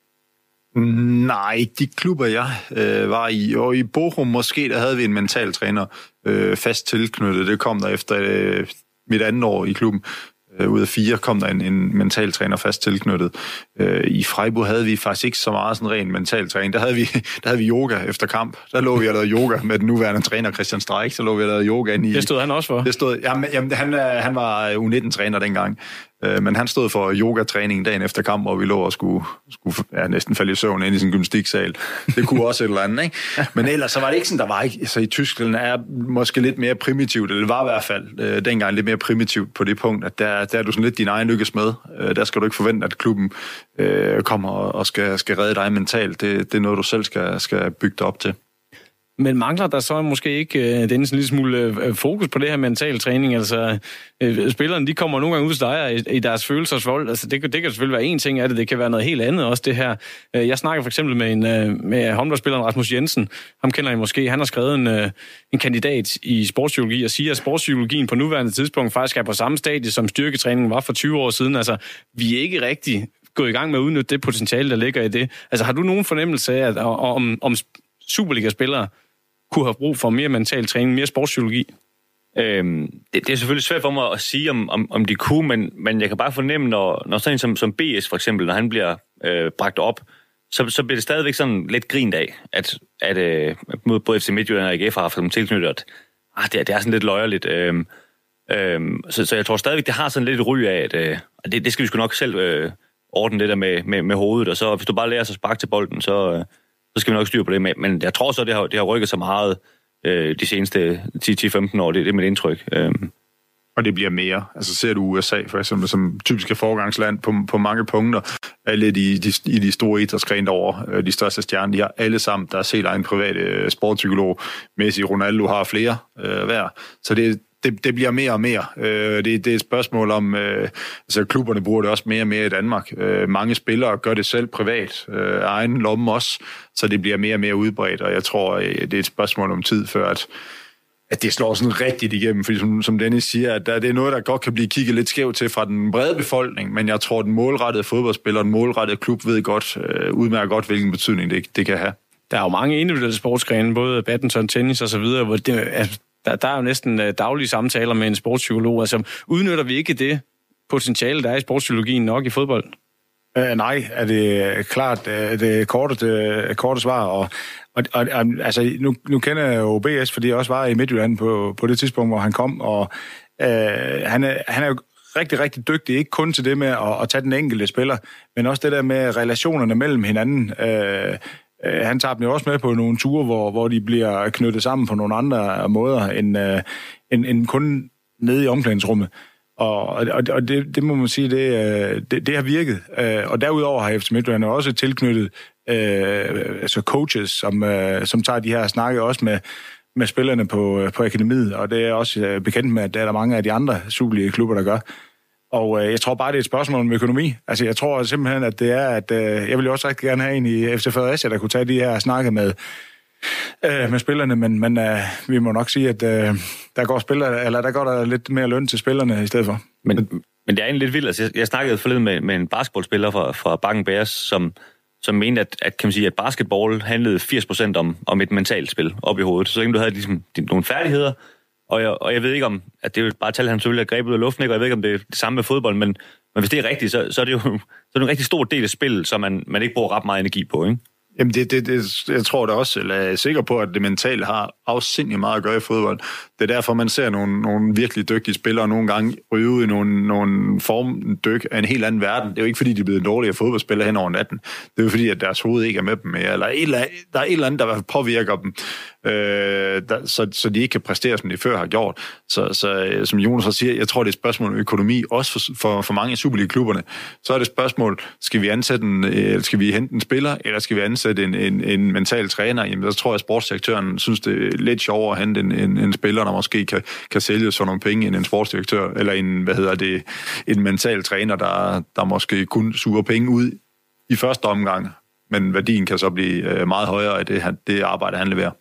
Nej, de klubber, jeg øh, var i, og i Bochum måske, der havde vi en mental træner øh, fast tilknyttet. Det kom der efter øh, mit andet år i klubben. Ud af fire kom der en, en mental træner fast tilknyttet. Øh, I Freiburg havde vi faktisk ikke så meget sådan ren mental træning. Der havde vi, der havde vi yoga efter kamp. Der lå vi og lavede yoga med den nuværende træner Christian Streik. Så lå vi og lavede yoga ind i... Det stod han også for? Det stod, jamen, jamen, han, han var U nitten-træner dengang. Øh, men han stod for yogatræning dagen efter kamp, hvor vi lå og skulle, skulle ja, næsten falde i søvn ind i sin gymnastiksal. Det kunne også et eller andet, ikke? Men ellers så var det ikke sådan, der var ikke... Så i Tyskland er måske lidt mere primitivt, eller det var i hvert fald øh, dengang lidt mere primitivt på det punkt, at der, der er du sådan lidt din egen lykkes med. Øh, der skal du ikke forvente, at klubben øh, kommer og skal, skal redde dig mentalt. Det, det er noget, du selv skal, skal bygge dig op til. Men mangler der så måske ikke øh, den sådan lille smule øh, fokus på det her mental træning? Altså, øh, spillerne, de kommer nogle gange ud til dig i, i deres følelsers vold. Altså, det, det kan selvfølgelig være en ting af det, det kan være noget helt andet også, det her. Øh, jeg snakker for eksempel med, en, øh, med håndboldspilleren Rasmus Jensen. Ham kender I måske. Han har skrevet en, øh, en kandidat i sportspsykologi og siger, at sportspsykologien på nuværende tidspunkt faktisk er på samme stadie, som styrketræningen var for tyve år siden. Altså, vi er ikke rigtig gået i gang med at udnytte det potentiale, der ligger i det. Altså, har du nogen fornemmelse af, at om, om Superliga-spillere kunne have brug for mere mental træning, mere sportspsykologi? Øhm, det, det er selvfølgelig svært for mig at sige, om, om, om de kunne, men, men jeg kan bare fornemme, når, når sådan en som, som B S for eksempel, når han bliver øh, bragt op, så, så bliver det stadigvæk sådan lidt grint af, at, at øh, både F C Midtjylland og A G F har haft dem tilknyttet, at ah, det, er, det er sådan lidt løjerligt. Øhm, øhm, så, så jeg tror stadigvæk, det har sådan lidt et ry af, at øh, det, det skal vi sgu nok selv øh, ordne det der med, med, med hovedet, og så hvis du bare lærer sig at sparke til bolden, så, øh, så skal vi nok styre på det. Men, men jeg tror så, det har, det har rykket så meget øh, de seneste ti til femten år, det, det er mit indtryk. Øhm. Og det bliver mere. Altså ser du U S A for eksempel, som typisk er foregangsland på, på mange punkter, alle de, de, i de store idrætsgrene over de største stjerner, de har alle sammen, der er set en privat sportspsykolog. Messi, Ronaldo har flere øh, hver. Så det, det, det bliver mere og mere. Øh, det, det er et spørgsmål om, øh, altså klubberne bruger det også mere og mere i Danmark. Øh, mange spillere gør det selv privat, øh, egen lomme også, så det bliver mere og mere udbredt, og jeg tror, det er et spørgsmål om tid, før at at det slår sådan rigtigt igennem, fordi som, som Dennis siger, at der, det er noget, der godt kan blive kigget lidt skævt til fra den brede befolkning, men jeg tror, at den målrettede fodboldspiller, den målrettede klub ved godt, øh, udmærker godt, hvilken betydning det, det kan have. Der er jo mange individuelle sportsgrene, både badminton, tennis og så videre, hvor det, altså, der, der er jo næsten uh, daglige samtaler med en sportspsykolog. Altså, udnytter vi ikke det potentiale, der er i sportspsykologien nok i fodbold? Uh, nej, er det klart uh, det korte, det korte svar, og Og, og, og altså, nu, nu kender jeg jo B S, fordi jeg også var i Midtjylland på, på det tidspunkt, hvor han kom, og øh, han, er, han er jo rigtig, rigtig dygtig, ikke kun til det med at, at tage den enkelte spiller, men også det der med relationerne mellem hinanden. Øh, øh, han tager dem jo også med på nogle ture, hvor, hvor de bliver knyttet sammen på nogle andre måder, end, øh, end, end kun nede i omklædningsrummet. Og, og, og det, det må man sige, det, det, det har virket. Og derudover har F C Midtjylland også tilknyttet øh, altså coaches, som, øh, som tager de her snakke også med, med spillerne på, på akademiet. Og det er også bekendt med, at der er der mange af de andre Superliga-klubber, der gør. Og øh, jeg tror bare, det er et spørgsmål om økonomi. Altså jeg tror simpelthen, at det er, at øh, jeg ville også rigtig gerne have en i F C Fredericia, der kunne tage de her snakke med Øh, med spillerne, men, men øh, vi må nok sige, at øh, der går spillere, eller der går der lidt mere løn til spillerne i stedet for. Men, men det er egentlig lidt vildt. Altså, jeg, jeg snakkede forleden med, med en basketballspiller fra, fra Bakken Bears, som, som mente, at, at, kan man sige, at basketball handlede firs procent om, om et mentalt spil op i hovedet. Så ikke du havde ligesom, nogle færdigheder, og jeg, og jeg ved ikke om, at det er bare tal, han selvfølgelig har grebet ud af luften, ikke? Og jeg ved ikke, om det er det samme med fodbold, men, men hvis det er rigtigt, så, så er det jo så er det en rigtig stor del af spillet, som man, man ikke bruger ret meget energi på, ikke? Jamen, det, det, det, jeg tror da også, eller jeg er sikker på, at det mentale har afsindig meget at gøre i fodbold. Det er derfor, man ser nogle, nogle virkelig dygtige spillere nogle gange ryge ud i nogle, nogle formdyk af en helt anden verden. Det er jo ikke, fordi de er blevet dårligere fodboldspillere hen over natten. Det er jo fordi, at deres hoved ikke er med dem mere. Eller eller der er et eller andet, der påvirker dem, øh, der, så, så de ikke kan præstere, som de før har gjort. Så, så som Jonas også siger, jeg tror, det er et spørgsmål om økonomi, også for, for, for mange af Superliga-klubberne. Så er det et spørgsmål, skal vi ansætte en, eller skal vi hente en spiller, eller skal vi ansætte en, en, en mental træner? Jamen, så tror jeg, at sportsdirektøren synes, det er lidt sjovere at hente en, en, en spiller, der måske kan, kan sælge sådan nogle penge, end en sportsdirektør, eller en, hvad hedder det, en mental træner, der, der måske kun suger penge ud i første omgang, men værdien kan så blive meget højere af det, det arbejde, han leverer.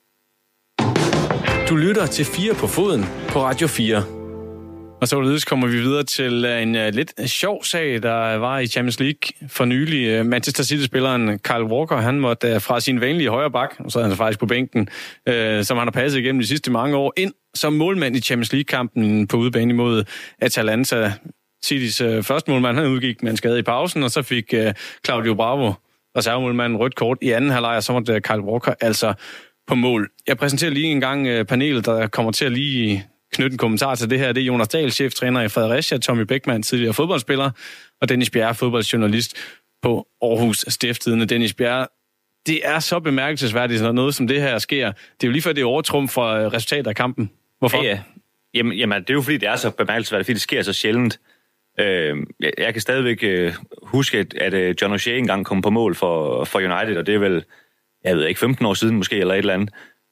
Du lytter til fire på foden på Radio fire. Og således kommer vi videre til en uh, lidt sjov sag, der var i Champions League for nylig. Manchester City-spilleren Kyle Walker, han måtte uh, fra sin vanlige højre bak, og så er han faktisk på bænken, uh, som han har passet igennem de sidste mange år, ind som målmand i Champions League-kampen på udebane imod Atalanta. Citys uh, første målmand, han udgik med en skade i pausen, og så fik uh, Claudio Bravo, reservemålmanden, rødt kort i anden halvleg, og så måtte uh, Kyle Walker altså på mål. Jeg præsenterer lige en gang uh, panelet, der kommer til at lige knytte en kommentar til det her. Det er Jonas Dahl, cheftræner i Fredericia, Tommy Beckmann, tidligere fodboldspiller, og Dennis Bjerre, fodboldjournalist på Aarhus Stiftstidende. Dennis Bjerre, det er så bemærkelsesværdigt, når noget som det her sker. Det er jo lige før, det er overtrum for resultater af kampen. Hvorfor? Ja, ja. Jamen, jamen, det er jo fordi, det er så bemærkelsesværdigt, fordi det sker så sjældent. Øh, jeg, jeg kan stadigvæk øh, huske, at, at øh, John O'Shea engang kom på mål for, for United, og det er vel, jeg ved ikke, femten år siden måske, eller et eller andet.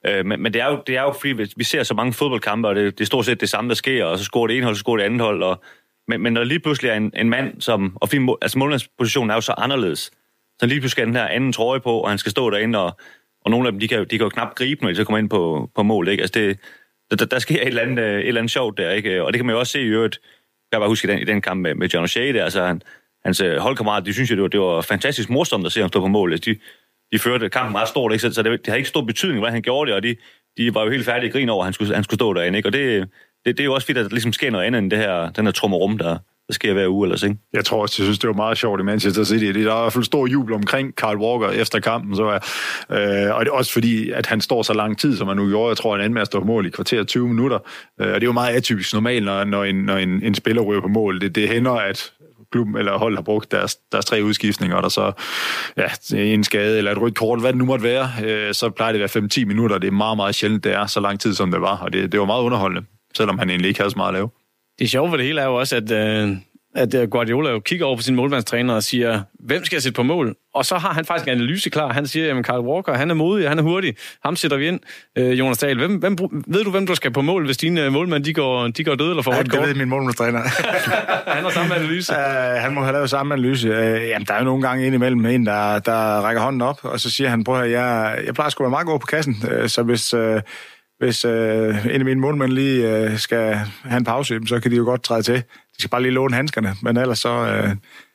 Øh, men, men det er jo, det er jo fordi, vi ser så mange fodboldkampe, og det, det er stort set det samme, der sker, og så scorer det ene hold, så scorer det andet hold, og, men, men når lige pludselig er en, en mand, som, og fin, altså målmandspositionen er jo så anderledes, så lige pludselig skal den her anden trøje på, og han skal stå derinde, og, og nogle af dem, de kan, de kan jo knap gribe, når de så kommer ind på, på mål, ikke? Altså det, der, der sker et eller, andet, et eller andet sjovt der, ikke? Og det kan man jo også se i øvrigt, jeg kan bare huske i den, i den kamp med, med John O'Shea der, altså han, hans holdkammerater, de synes jo, det var, det var fantastisk morsomt at se ham stå på mål. De, de førte kampen meget stort, ikke? Så, så det, det havde ikke stor betydning, hvordan han gjorde det, og de, de var jo helt færdige at grine over, at han skulle, han skulle stå derinde, ikke? Og det, det, det er jo også fordi, der ligesom sker noget andet end det her, den her trummerum, der, der sker hver uge ellers, ikke? Jeg tror også, jeg synes, det var meget sjovt i Manchester City. Det er der er i hvert fald stor jubel omkring Kyle Walker efter kampen, så er, øh, og det er også fordi, at han står så lang tid, som han nu gjorde. Jeg tror, han endte med at stå på mål i kvarter tyve minutter. Øh, og det er jo meget atypisk normalt, når, når, en, når en, en spiller ryger på mål. Det, det hænder, at klubben eller hold har brugt deres, deres tre udskiftninger, og der så ja, en skade eller et rødt kort, hvad det nu måtte være, øh, så plejer det at være fem til ti minutter. Det er meget, meget sjældent, det er så lang tid, som det var. Og det, det var meget underholdende, selvom han egentlig ikke havde så meget at lave. Det sjove for det hele er jo også, at, øh, at Guardiola jo kigger over på sin målmandstræner og siger, hvem skal jeg sætte på mål? Og så har han faktisk en analyse klar. Han siger, jamen Kyle Walker, han er modig, han er hurtig. Ham sætter vi ind. Øh, Jonas Dahl, hvem, hvem, ved du, hvem du skal på mål, hvis dine målmænd de går, de går døde eller får rødt kort? Det ved min målmandstræner. Han har samme analyse. Uh, han må have lavet samme analyse. Uh, jamen, der er jo nogle gange indimellem en, der, der rækker hånden op, og så siger han, prøv at jeg, jeg plejer sgu være meget god på kassen, uh, så hvis... Uh, Hvis øh, en af mine målmænd lige øh, skal have en pause, så kan de jo godt træde til. De skal bare lige låne handskerne, men ellers så... Øh,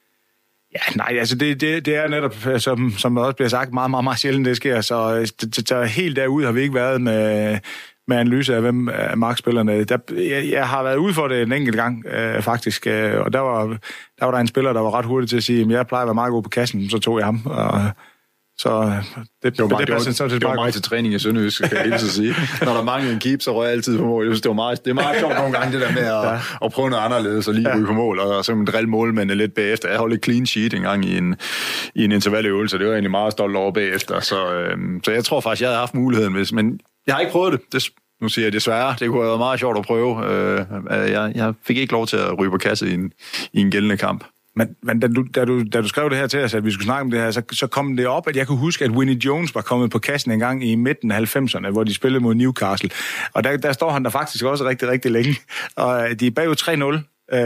ja, nej, altså det, det, det er netop, som, som også bliver sagt, meget, meget, meget sjældent, det sker. Så det, det, det, helt derude har vi ikke været med, med analyse af, hvem er markspillerne. Der, jeg, jeg har været ude for det en enkelt gang, øh, faktisk, øh, og der var, der var der en spiller, der var ret hurtig til at sige, at jeg plejer at være meget god på kassen, så tog jeg ham, og... Så det, det var, det, det var, det, det, det var meget til træning i Sønderjysk, kan jeg hele tiden sige. Når der mangler en keep, så rører jeg altid på mål. Jeg synes, det, var meget, det er meget sjovt nogle gange, det der med at, ja. at prøve noget anderledes og lige ryge ja. på mål, og så drille målmændene lidt bagefter. Jeg holdt et clean sheet en gang i en, i en intervalløvelse, det var jeg egentlig meget stolt over bagefter. Så, øhm, så jeg tror faktisk, jeg havde haft muligheden, hvis, men jeg har ikke prøvet det. det nu siger jeg desværre, det kunne have været meget sjovt at prøve. Øh, jeg, jeg fik ikke lov til at ryge på kasse i en, i en gældende kamp. Men, men da, du, da, du, da du skrev det her til os, at vi skulle snakke om det her, så, så kom det op, at jeg kunne huske, at Winnie Jones var kommet på kassen en gang i midten af halvfemserne, hvor de spillede mod Newcastle. Og der, der står han der faktisk også rigtig, rigtig længe. Og de er bagud tre nul.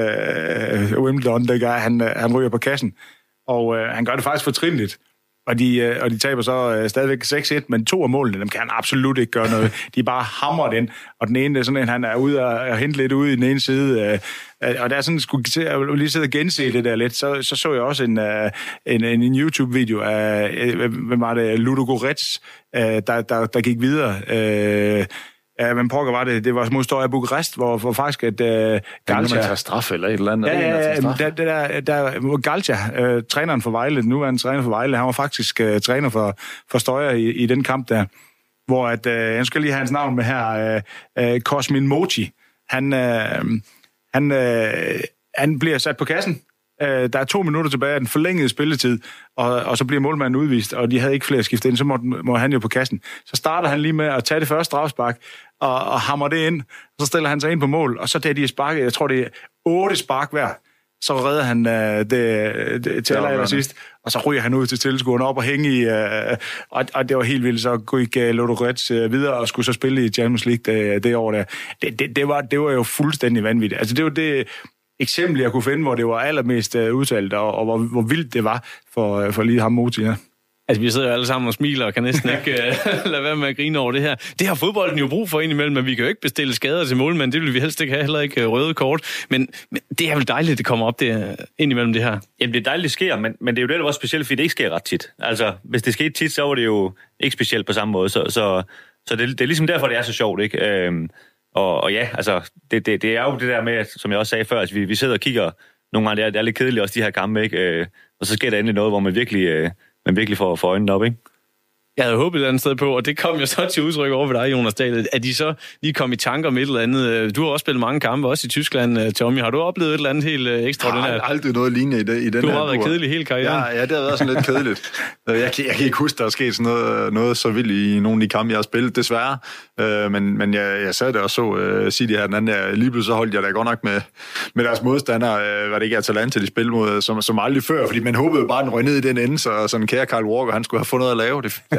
Øh, Wimbledon, der gør, han, han ryger på kassen. Og øh, han gør det faktisk fortrinligt. Og de, øh, og de taber så øh, stadigvæk seks et, men to af målene, dem kan han absolut ikke gøre noget. De bare hamrer den. Og den ene, det er sådan en, han er ude og, og hente lidt ude i den ene side. Øh, og der er sådan, skulle jeg lige sidde og gense det der lidt, så så, så jeg også en, uh, en, en YouTube-video af, øh, hvem var det, Ludogorets, øh, der, der, der gik videre. Øh, Ja, men pokker var det. Det var mod Stoja Bukarest, hvor, hvor faktisk at uh, Galcia... Man tager straf eller et eller andet. Ja, ja, ja. Der, der, der, Galcia, uh, træneren for Vejle, nu er han træner for Vejle, han var faktisk uh, træner for, for Stoja i, i den kamp der, hvor at, uh, jeg skal lige have hans navn med her, uh, uh, Cosmin Mochi. Han, uh, han, uh, han bliver sat på kassen. Uh, der er to minutter tilbage af den forlængede spilletid, og, og så bliver målmanden udvist, og de havde ikke flere skiftet ind, så må, må han jo på kassen. Så starter han lige med at tage det første strafspark, og, og hammer det ind, og så stiller han sig ind på mål, og så da de sparker, jeg tror det er otte spark hver, så redder han uh, det, det til aller sidst, og så ryger han ud til tilskuerne op og hænge i, uh, og, og det var helt vildt, så gik uh, Ludogorets uh, videre og skulle så spille i Champions League det, det år der. Det, det, det, var, det var jo fuldstændig vanvittigt. Altså det var det eksempel, jeg kunne finde, hvor det var allermest uh, udtalt, og, og hvor, hvor vildt det var for, uh, for lige ham Moti, ja. Altså, vi sidder jo alle sammen og smiler og kan næsten ikke uh, lade være med at grine over det her. Det har fodbolden jo brug for indimellem, men vi kan jo ikke bestille skader til målmænd. Det vil vi helst ikke have, heller ikke uh, røde kort. Men, men det er vel dejligt, at det kommer op der, indimellem det her. Jamen, det er dejligt, det sker, men, men det er jo det, der var specielt, fordi det ikke sker ret tit. Altså, hvis det skete tit, så var det jo ikke specielt på samme måde. Så, så, så det, det er ligesom derfor, det er så sjovt, ikke? Øhm, og, og ja, altså, det, det, det er jo det der med, som jeg også sagde før, at vi, vi sidder og kigger, nogle gange, det er, det er lidt kedeligt også, de her kampe, ikke? Øh, og så sker der endelig noget, hvor man virkelig... Øh, men virkelig får, får øjnene op, ikke? Jeg havde håbet et andet sted på, og det kom jo så til udtryk over ved dig, Jonas Dahl, at de så lige kom i tanker om et eller andet. Du har også spillet mange kampe, også i Tyskland, Tommy. Har du oplevet et eller andet helt ekstraordinært? Jeg har aldrig noget lignende i, det, i den du her. Du har været kedelig hele karrieren. Ja, ja, det har været sådan lidt kedeligt. Jeg, jeg kan ikke huske, der er sket sådan noget, noget så vildt i nogle af de kampe, jeg har spillet, desværre. Øh, men men jeg, jeg sad der og så uh, City her den anden der. Lige pludselig så holdt jeg da godt nok med, med deres modstandere, uh, hvad det ikke er Atalanta, de spillede mod, som, som aldrig før, fordi man håbede jo bare, den røg ned i den ende, så sådan kære Kyle Walker, han skulle have fundet noget at lave. Det,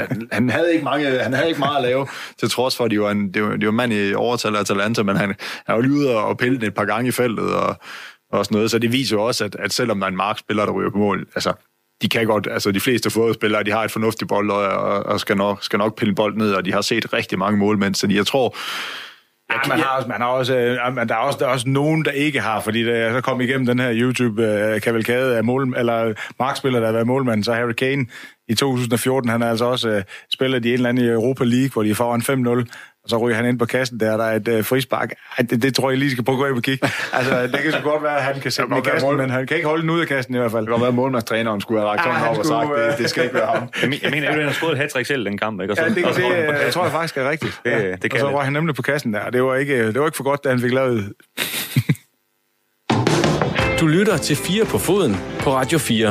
han, han, havde ikke mange, han havde ikke meget at lave, til trods for, at de var en, det var, det var en mand i overtal af Atalanta, men han, han var lige ude og pille den et par gange i feltet og, og sådan noget. Så det viser jo også, at, at selvom man er en markspiller, der ryger på mål, altså, de kan godt, altså de fleste fodboldspillere, de har et fornuftigt boldøje og, og skal, nok, skal nok pille bold ned, og de har set rigtig mange målmænd, så jeg tror... Ja, man har også, man har også, øh, der, er også, der er også nogen, der ikke har, fordi da jeg så kom igennem den her YouTube-kavalkade øh, af mål, eller markspillere, der har været målmand, så Harry Kane i to tusind og fjorten, han har altså også øh, spillet i en eller anden Europa League, hvor de får en fem nul, og så ryger han ind på kassen, der, der er et øh, frispark. Ej, det, det tror jeg lige skal prøve at gå ind og kigge. Altså, det kan så godt være, at han kan sætte den i kassen, mål... men han kan ikke holde den ud af kassen i hvert fald. Det kan være, at målmandstræneren skulle have rakt hånden op og sagt, det, det skal ikke være ham. Jeg mener, at han har skåret et hat-trick selv den kamp, ikke? Og så, ja, det, og så det, det jeg tror jeg faktisk er rigtigt. Det, ja. det kan og så røg han nemlig på kassen der, det var ikke, det var ikke for godt, da han fik lavet. Du lytter til fire på foden på Radio fire.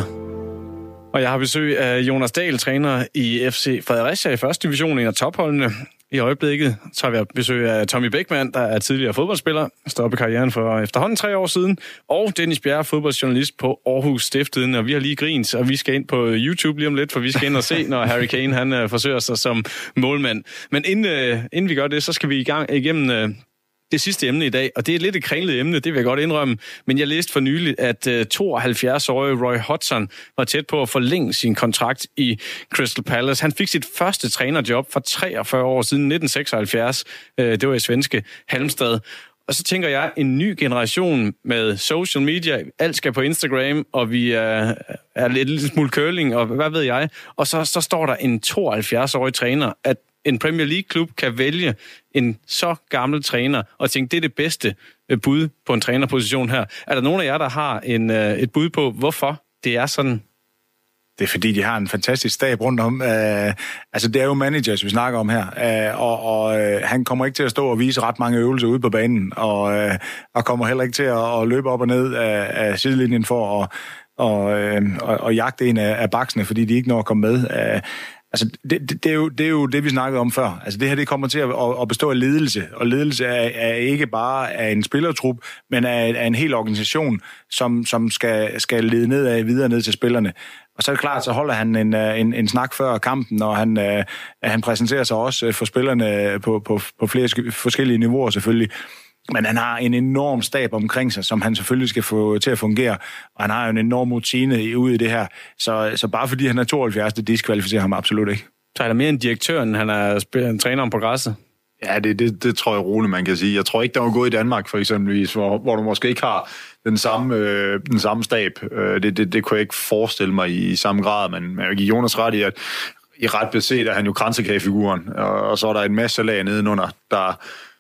Og jeg har besøg af Jonas Dahl, træner i F C Fredericia i første division, en af topholdene. I øjeblikket så har vi besøg af Tommy Bechmann, der er tidligere fodboldspiller, stoppede karrieren for efterhånden tre år siden, og Dennis Bjerre, fodboldjournalist på Aarhus Stiftstidende, og vi har lige grint, og vi skal ind på YouTube lige om lidt, for vi skal ind og se, når Harry Kane han uh, forsøger sig som målmand. Men inden, uh, inden vi gør det, så skal vi i gang igennem uh, det sidste emne i dag, og det er lidt et kringlet emne, det vil jeg godt indrømme, men jeg læste for nylig, at uh, tooghalvfjerds-årige Roy Hodgson var tæt på at forlænge sin kontrakt i Crystal Palace. Han fik sit første trænerjob for treogfyrre år siden, nitten seksoghalvfjerds. Uh, det var i svenske Halmstad. Og så tænker jeg, en ny generation med social media, alt skal på Instagram, og vi er, er lidt, lidt smule curling, og hvad ved jeg. Og så, så står der en tooghalvfjerds-årig træner, at en Premier League-klub kan vælge en så gammel træner, og tænke, det er det bedste bud på en trænerposition her. Er der nogen af jer, der har en, et bud på, hvorfor det er sådan? Det er fordi, de har en fantastisk stab rundt om. Uh, altså, det er jo managers, vi snakker om her. Uh, og og uh, han kommer ikke til at stå og vise ret mange øvelser ude på banen, og, uh, og kommer heller ikke til at, at løbe op og ned af, af sidelinjen for at og, øh, og, og jagte en af, af baksene, fordi de ikke når at komme med. Uh, Altså, det, det, det, er jo, det er jo det, vi snakkede om før. Altså, det her, det kommer til at, at bestå af ledelse. Og ledelse er, er ikke bare af en spillertrup, men af, af en hel organisation, som, som skal, skal lede ned af videre ned til spillerne. Og så er det klart, så holder han en, en, en snak før kampen, og han, uh, han præsenterer sig også for spillerne på, på, på flere forskellige niveauer selvfølgelig. Men han har en enorm stab omkring sig, som han selvfølgelig skal få til at fungere. Og han har jo en enorm rutine ude i det her. Så, så bare fordi han er tooghalvfjerds, det diskvalificerer ham absolut ikke. Så er der mere end direktøren, han er en træner om på græsset? Ja, det, det, det tror jeg roligt, man kan sige. Jeg tror ikke, der var gået i Danmark, for eksempel, hvor, hvor du måske ikke har den samme, øh, den samme stab. Øh, det, det, det kunne jeg ikke forestille mig i, i samme grad, men jeg vil give Jonas ret i, at i ret beset er han jo kransekagefiguren, og, og så er der en masse lag nedenunder, der...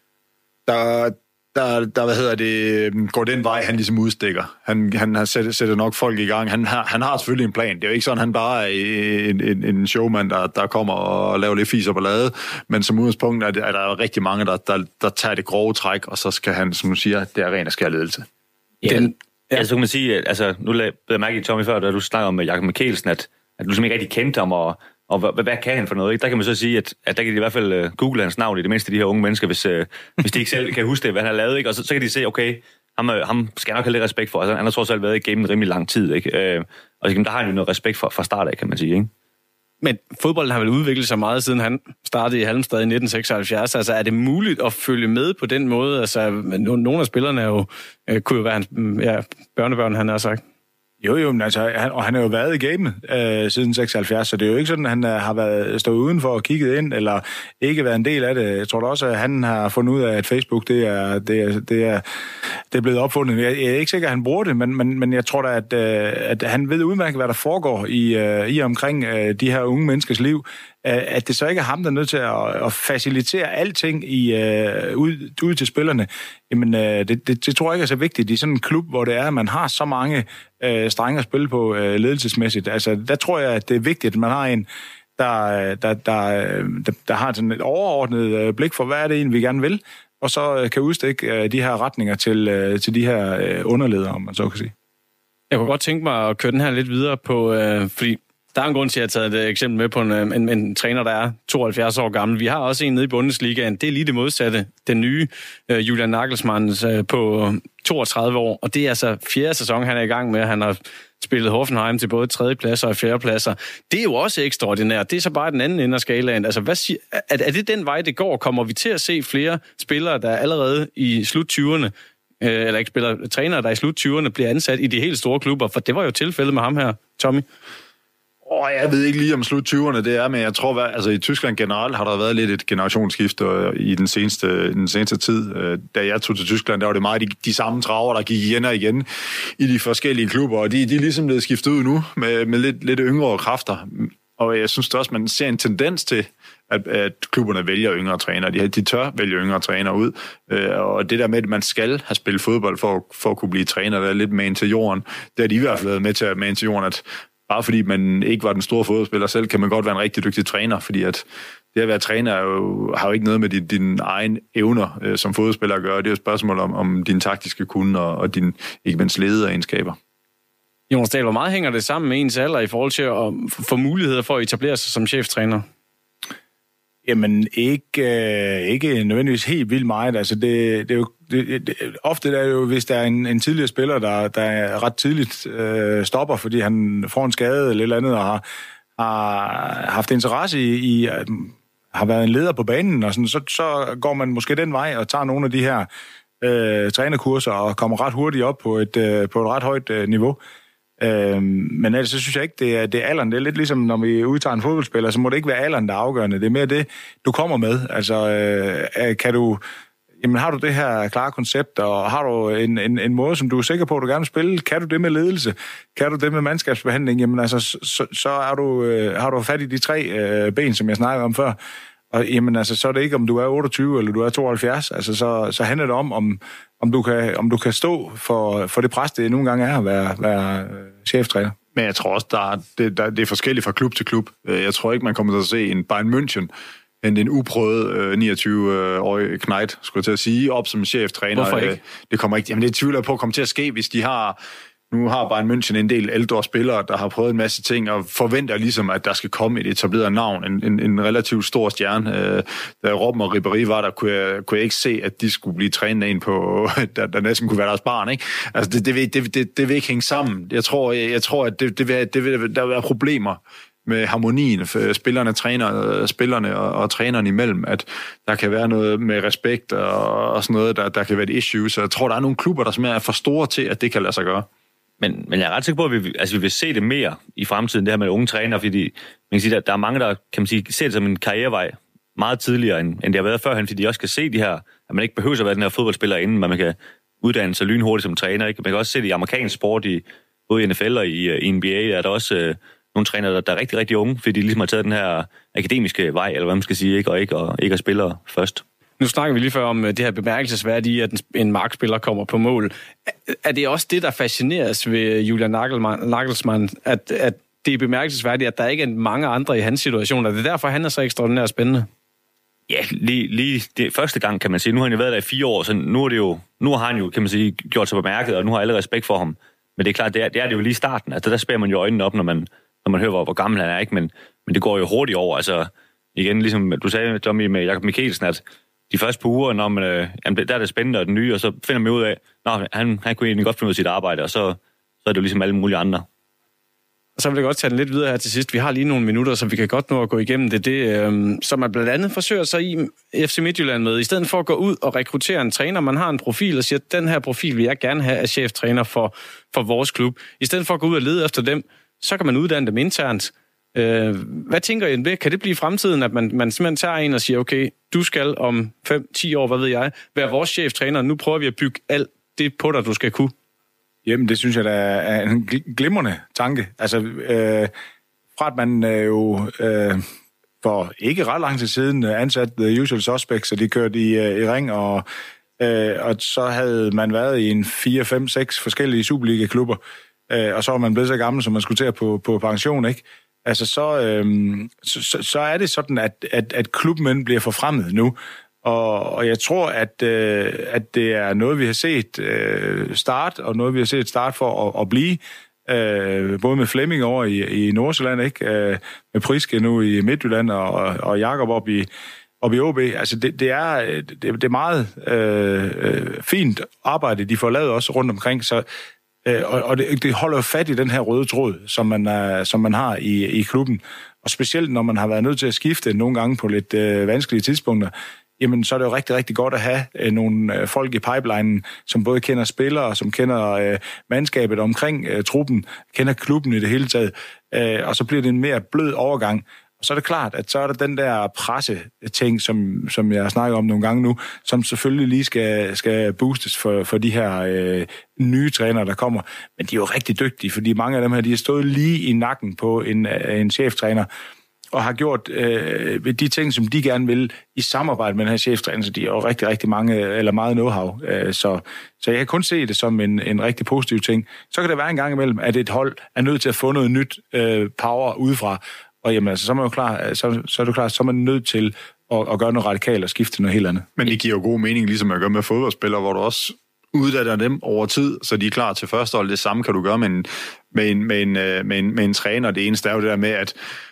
der Der, der, hvad hedder det, går den vej, han ligesom udstikker. Han, han har sæt, sætter nok folk i gang. Han har, han har selvfølgelig en plan. Det er jo ikke sådan, han bare er en, en, en showman, der, der kommer og laver lidt fis og ballade. Men som udgangspunkt er, er der rigtig mange, der, der, der tager det grove træk, og så skal han, som du siger, det er ren og skær ledelse. Ja, den, ja. Altså, så kan man sige, altså, nu lavede jeg mærke i Tommy før, da du snakker om Jakob Mikkelsen, at, at du simpelthen ikke rigtig kendte ham, og Og hvad, hvad kan han for noget? Ikke? Der kan man så sige, at, at der kan de i hvert fald uh, google hans navn i det mindste de her unge mennesker, hvis, uh, hvis de ikke selv kan huske det, hvad han har lavet. Ikke? Og så, så kan de se, okay, ham, uh, ham skal jeg nok have lidt respekt for. Altså, han har trods alt været i gamen rimelig lang tid. Ikke? Uh, og der har han jo noget respekt for fra start af, kan man sige. Ikke? Men fodbolden har vel udviklet sig meget, siden han startede i Halmstad i nitten seksoghalvfjerds. Altså, er det muligt at følge med på den måde? Altså, nogle af spillerne er jo, uh, kunne jo være hans ja, børnebørn, han har sagt. Jo, jo, men altså, han, og han har jo været i gamet øh, siden seksoghalvfjerds, så det er jo ikke sådan, at han øh, har været stået udenfor og kigget ind, eller ikke været en del af det. Jeg tror da også, at han har fundet ud af, at Facebook, det er, det er, det er, det er blevet opfundet. Jeg, jeg er ikke sikker, at han bruger det, men, men, men jeg tror da, at, øh, at han ved udmærket, hvad der foregår i, øh, i omkring øh, de her unge menneskers liv. At det så ikke er ham, der er nødt til at, at facilitere alting i, uh, ud, ud til spillerne, jamen uh, det, det, det tror jeg ikke er så vigtigt i sådan en klub, hvor det er, at man har så mange uh, strenge at spille på uh, ledelsesmæssigt. Altså, der tror jeg, at det er vigtigt, at man har en, der, der, der, der, der har sådan et overordnet uh, blik for, hvad er det egentlig, vi gerne vil, og så uh, kan udstikke uh, de her retninger til, uh, til de her uh, underledere, om man så kan sige. Jeg kunne godt tænke mig at køre den her lidt videre på, uh, fordi Der er en grund til, at jeg har taget et eksempel med på en, en, en træner, der er tooghalvfjerds år gammel. Vi har også en nede i Bundesligaen. Det er lige det modsatte. Den nye uh, Julian Nagelsmann uh, på toogtredive år. Og det er altså fjerde sæson, han er i gang med. Han har spillet Hoffenheim til både tredje pladser og fjerde pladser. Det er jo også ekstraordinært. Det er så bare den anden ende af skalaen. Altså, hvad siger, er, er det den vej, det går? Kommer vi til at se flere spillere, der allerede i slut tyverne, øh, eller ikke spillere, trænere, der i slut tyverne bliver ansat i de helt store klubber? For det var jo tilfældet med ham her, Tommy. Oh, jeg ved ikke lige om slut tyverne det er, men jeg tror, at altså, i Tyskland generelt har der været lidt et generationsskifte i den seneste, den seneste tid. Da jeg tog til Tyskland, der var det meget de, de samme traver, der gik igen og igen i de forskellige klubber, og de, de er ligesom blevet skiftet ud nu med, med lidt, lidt yngre kræfter. Og jeg synes også, man ser en tendens til, at, at klubberne vælger yngre trænere. De, de tør vælge yngre trænere ud. Og det der med, at man skal have spillet fodbold for, for at kunne blive træner, der er lidt med ind til jorden. Det har de i hvert fald været med til at med ind til jorden, at bare fordi man ikke var den store fodboldspiller selv, kan man godt være en rigtig dygtig træner, fordi at det at være træner er jo, har jo ikke noget med din, din egen evner øh, som fodboldspiller at gøre. Det er jo et spørgsmål om, om din taktiske kunde og, og din ikke mindst lederegenskaber. Jonas Dahl, hvor meget hænger det sammen med ens alder i forhold til at få muligheder for at etablere sig som cheftræner? Jamen, ikke, øh, ikke nødvendigvis helt vildt meget. Altså, det, det er jo, det, det, ofte er det jo, hvis der er en, en tidligere spiller, der, der ret tidligt øh, stopper, fordi han får en skade eller et eller andet, og har, har haft interesse i, i øh, har været en leder på banen, og sådan, så, så går man måske den vej og tager nogle af de her øh, trænerkurser og kommer ret hurtigt op på et, øh, på et ret højt øh, niveau. Øhm, men ellers så synes jeg ikke, det er, det er alderen. Det er lidt ligesom, når vi udtager en fodboldspiller, så må det ikke være alderen, der er afgørende. Det er mere det, du kommer med. Altså, øh, kan du... Jamen, har du det her klare koncept, og har du en, en, en måde, som du er sikker på, at du gerne vil spille? Kan du det med ledelse? Kan du det med mandskabsbehandling? Jamen, altså, så, så er du, øh, har du fat i de tre øh, ben, som jeg snakkede om før. Og jamen, altså, så er det ikke, om du er otteogtyve eller du er tooghalvfjerds. Altså, så, så handler det om, om, om, du kan, om du kan stå for, for det pres, det nogle gange er at være, være cheftræner. Men jeg tror også, der er, det, der, det er forskelligt fra klub til klub. Jeg tror ikke, man kommer til at se en Bayern München, end en uprøvet øh, niogtyve-årig Knejt, skulle jeg til at sige, op som cheftræner. Hvorfor ikke? Det kommer ikke. Jamen, det tvivler på at komme til at ske, hvis de har... Nu har Bayern München en del ældre spillere, der har prøvet en masse ting, og forventer ligesom, at der skal komme et etableret navn, en, en, en relativt stor stjerne. Øh, da Robben og Ribéry var der, kunne jeg, kunne jeg ikke se, at de skulle blive trænet ind på, der, der næsten kunne være deres barn, ikke? Altså, det, det, vil, det, det, det vil ikke hænge sammen. Jeg tror, jeg, jeg tror at det, det, vil, det vil, der vil være problemer med harmonien for spillerne, træner, spillerne og, og trænerne imellem, at der kan være noget med respekt og, og sådan noget, der, der kan være et issue. Så jeg tror, der er nogle klubber, der simpelthen er for store til, at det kan lade sig gøre. Men, men jeg er ret sikker på, at vi, altså, vi vil se det mere i fremtiden, det her med unge træner, fordi man kan sige, at der er mange, der kan man sige, ser det som en karrierevej meget tidligere, end, end det har været førhen, fordi de også kan se de her, at man ikke behøver at være den her fodboldspiller inden, men man kan uddanne sig lynhurtigt som træner. Ikke? Man kan også se det i amerikansk sport, i, både i N F L og i, i N B A, er der også øh, nogle trænere, der, der er rigtig, rigtig unge, fordi de ligesom har taget den her akademiske vej, eller hvad man skal sige, ikke? Og ikke, og, ikke at spille først. Nu snakker vi lige før om det her bemærkelsesværdige, at en markspiller kommer på mål. Er det også det, der fascineres ved Julian Nagelsmann, at, at det er bemærkelsesværdigt, at der ikke er mange andre i hans situation? Er det derfor, han er så ekstraordinært spændende? Ja, lige, lige det første gang, kan man sige. Nu har han jo været der i fire år, så nu, er det jo, nu har han jo, kan man sige, gjort sig bemærket, og nu har alle respekt for ham. Men det er klart, det er det, er det jo lige i starten. Altså, der spærer man jo øjnene op, når man, når man hører, hvor, hvor gammel han er, ikke? Men, men det går jo hurtigt over. Altså, igen, ligesom du sagde, Tommy, med Jakob Mikkelsen, at de første par uger, når man, øh, der er det spændende og den nye, og så finder man ud af, at han, han kunne egentlig godt finde ud af sit arbejde, og så, så er det jo ligesom alle mulige andre. Og så vil jeg godt tage den lidt videre her til sidst. Vi har lige nogle minutter, så vi kan godt nå at gå igennem det. Det, øh, som man blandt andet forsøger sig i F C Midtjylland med. I stedet for at gå ud og rekruttere en træner, man har en profil og siger, at den her profil vil jeg gerne have af cheftræner for, for vores klub. I stedet for at gå ud og lede efter dem, så kan man uddanne dem internt. Øh, hvad tænker I om det? Kan det blive fremtiden, at man, man simpelthen tager en og siger, okay, du skal om fem til ti år, hvad ved jeg, være vores cheftræner, nu prøver vi at bygge alt det på dig, du skal kunne? Jamen, det synes jeg, der er en glimrende tanke. Altså, øh, fra at man øh, jo øh, for ikke ret lang tid siden ansat The Usual Suspects, så de kørte i, øh, i ring, og, øh, og så havde man været i en fire, fem, seks forskellige Superliga-klubber, øh, og så var man blevet så gammel, som man skulle til på, på pension, ikke? Altså, så, øhm, så, så, så er det sådan, at, at, at klubmænd bliver forfremmet nu. Og, og jeg tror, at, øh, at det er noget, vi har set øh, start, og noget, vi har set start for at, at blive. Øh, både med Flemming over i, i Nordsjælland, ikke? Øh, med Priske nu i Midtjylland, og, og Jakob op i, op i O B. Altså, det, det, er, det, det er meget øh, fint arbejde, de får lavet også rundt omkring, så, øh, og, og det, det holder jo fat i den her røde tråd, som man, er, som man har i, i klubben. Og specielt, når man har været nødt til at skifte nogle gange på lidt øh, vanskelige tidspunkter, jamen så er det jo rigtig, rigtig godt at have øh, nogle øh, folk i pipelinen, som både kender spillere, som kender øh, mandskabet omkring øh, truppen, kender klubben i det hele taget, øh, og så bliver det en mere blød overgang. Og så er det klart, at så er der den der presse-ting, som, som jeg snakker om nogle gange nu, som selvfølgelig lige skal, skal boostes for, for de her øh, nye trænere, der kommer. Men de er jo rigtig dygtige, fordi mange af dem her, de har stået lige i nakken på en, en cheftræner, og har gjort øh, de ting, som de gerne vil, i samarbejde med den her cheftræner, så de har jo rigtig, rigtig mange, eller meget know-how. Øh, så, så jeg kan kun se det som en, en rigtig positiv ting. Så kan det være en gang imellem, at et hold er nødt til at få noget nyt øh, power udefra, og jamen, altså, så er man jo klar, så, så er du klar, så er man nødt til at, at gøre noget radikalt og skifte til noget helt andet. Men det giver jo god mening, ligesom at gøre med fodboldspillere, hvor du også uddanner dem over tid, så de er klar til førstehold. Det samme kan du gøre med en, med en, med en, med en, med en træner. Det eneste er jo det der med, at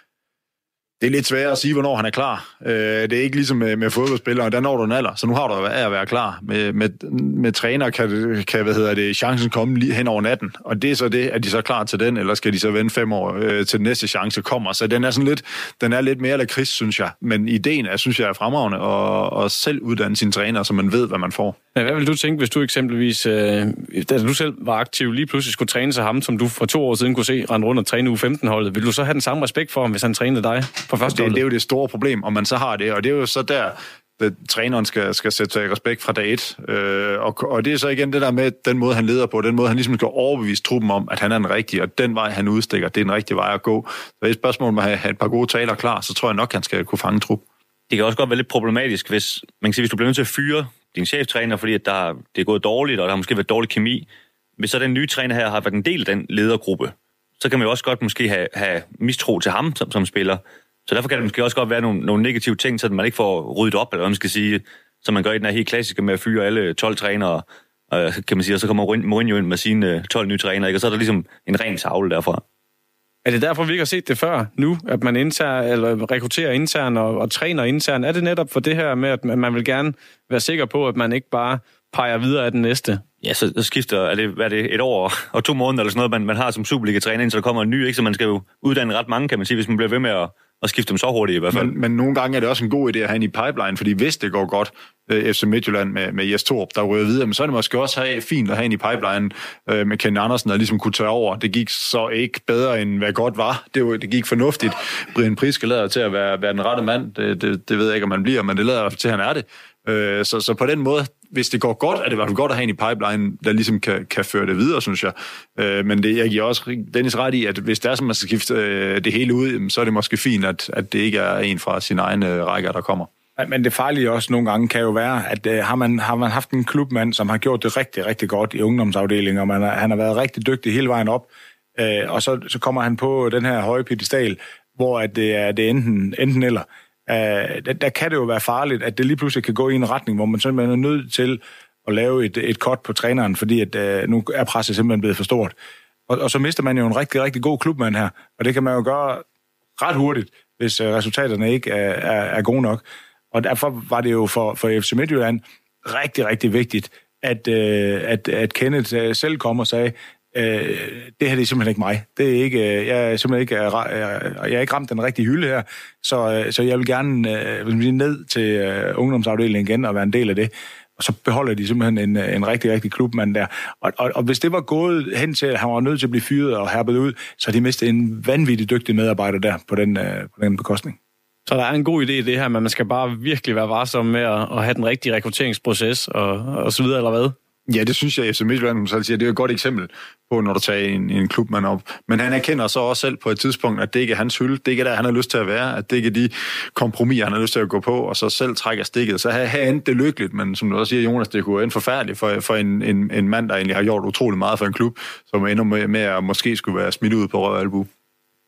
det er lidt sværere at sige, hvornår han er klar. Det er ikke ligesom med, med fodboldspillere, der når du en alder, så nu har du at være klar. Med, med, med træner kan, kan hvad hedder det, chancen komme lige hen over natten, og det er så det, at de så er klar til den, eller skal de så vente fem år øh, til den næste chance kommer. Så den er sådan lidt, den er lidt mere lakrids, synes jeg. Men ideen er, synes jeg, er fremragende, at, at selv uddanne sine træner, så man ved, hvad man får. Ja, hvad vil du tænke, hvis du eksempelvis, øh, da du selv var aktiv, lige pludselig skulle træne sig ham, som du for to år siden kunne se rende rundt og træne U femten-holdet? Vil du så have den samme respekt for ham, hvis han trænede dig på første det, det er jo det store problem, om man så har det, og det er jo så der, at træneren skal, skal sætte sig i respekt fra dag et. Øh, og, og det er så igen det der med den måde, han leder på, den måde, han ligesom skal overbevise truppen om, at han er den rigtige, og den vej, han udstikker, det er den rigtige vej at gå. Så det er et spørgsmål om at have et par gode taler klar, så tror jeg nok, han skal kunne fange trup. Det kan også godt være lidt problematisk, hvis, man kan sige, hvis du bliver nødt til at fyre din cheftræner, fordi at der, det er gået dårligt, og der har måske været dårlig kemi. Hvis så den nye træner her har været en del af den ledergruppe, så kan man jo også godt måske have, have mistro til ham som, som spiller. Så derfor kan det måske også godt være nogle, nogle negative ting, så man ikke får ryddet op, eller hvad man skal sige, som man gør i den her helt klassiske med at fyre alle tolv trænere, og, kan man sige, og så kommer Mourinho ind med sine tolv nye trænere, ikke? Og så er der ligesom en ren tavle derfra. Er det derfor, vi ikke har set det før nu, at man intern, eller rekrutterer internt og, og træner internt? Er det netop for det her med, at man vil gerne være sikker på, at man ikke bare peger videre af den næste? Ja, så, så skifter er det, hvad er det, et år og to måneder eller sådan noget, man, man har som Superliga-træner, så der kommer en ny, ikke? Så man skal jo uddanne ret mange, kan man sige, hvis man bliver ved med at og skifte dem så hurtigt i hvert fald. Men, men nogle gange er det også en god idé at have en i pipeline, fordi hvis det går godt, F C Midtjylland med, med Jes Torup, der ryger videre, men så er det måske også have, fint at have en i pipeline øh, med Ken Andersen, der ligesom kunne tage over. Det gik så ikke bedre, end hvad godt var. Det, var, det gik fornuftigt. Brian Priske lader til at være, være den rette mand. Det, det, det ved jeg ikke, om man bliver, men det lader til, at han er det. Øh, så, så på den måde, hvis det går godt, er det i hvert fald godt at have en i pipeline, der ligesom kan, kan føre det videre, synes jeg. Øh, men det, jeg giver også Dennis ret i, at hvis det er, som man skal skifte øh, det hele ud, så er det måske fint, at, at det ikke er en fra sine egne rækker, der kommer. Men det farlige også nogle gange kan jo være, at øh, har, man, har man haft en klubmand, som har gjort det rigtig, rigtig godt i ungdomsafdelingen, og man har, han har været rigtig dygtig hele vejen op, øh, og så, så kommer han på den her høje piedestal, hvor at det er det enten, enten eller. Uh, der, der kan det jo være farligt, at det lige pludselig kan gå i en retning, hvor man simpelthen er nødt til at lave et, et cut på træneren, fordi at, uh, nu er presset simpelthen blevet for stort. Og, og så mister man jo en rigtig, rigtig god klubmand her, og det kan man jo gøre ret hurtigt, hvis uh, resultaterne ikke er, er, er gode nok. Og derfor var det jo for, for F C Midtjylland rigtig, rigtig vigtigt, at, uh, at, at Kenneth uh, selv kom og sagde, Uh, det her det er simpelthen ikke mig. Det er ikke, uh, jeg er simpelthen ikke, uh, jeg er ikke ramt den rigtige hylde her, så, uh, så jeg vil gerne uh, vil sige, ned til uh, ungdomsafdelingen igen og være en del af det. Og så beholder de simpelthen en, en rigtig, rigtig klubmand der. Og, og, og hvis det var gået hen til, at han var nødt til at blive fyret og herpet ud, så har de mistet en vanvittig dygtig medarbejder der på den, uh, på den bekostning. Så der er en god idé i det her, men man skal bare virkelig være varsom med at, at have den rigtige rekrutteringsproces og, og så videre, eller hvad? Ja, det synes jeg, F C Midtjylland, som siger, det er et godt eksempel på, når du tager en, en klubmand op. Men han erkender så også selv på et tidspunkt, at det ikke er hans hylde, det ikke er der, han har lyst til at være, at det ikke er de kompromiser, han har lyst til at gå på, og så selv trækker stikket. Så her, her endte det lykkeligt, men som du også siger, Jonas, det kunne ende forfærdeligt for, for en, en, en mand, der egentlig har gjort utrolig meget for en klub, som ender med, med at måske skulle være smidt ud på røv og albu.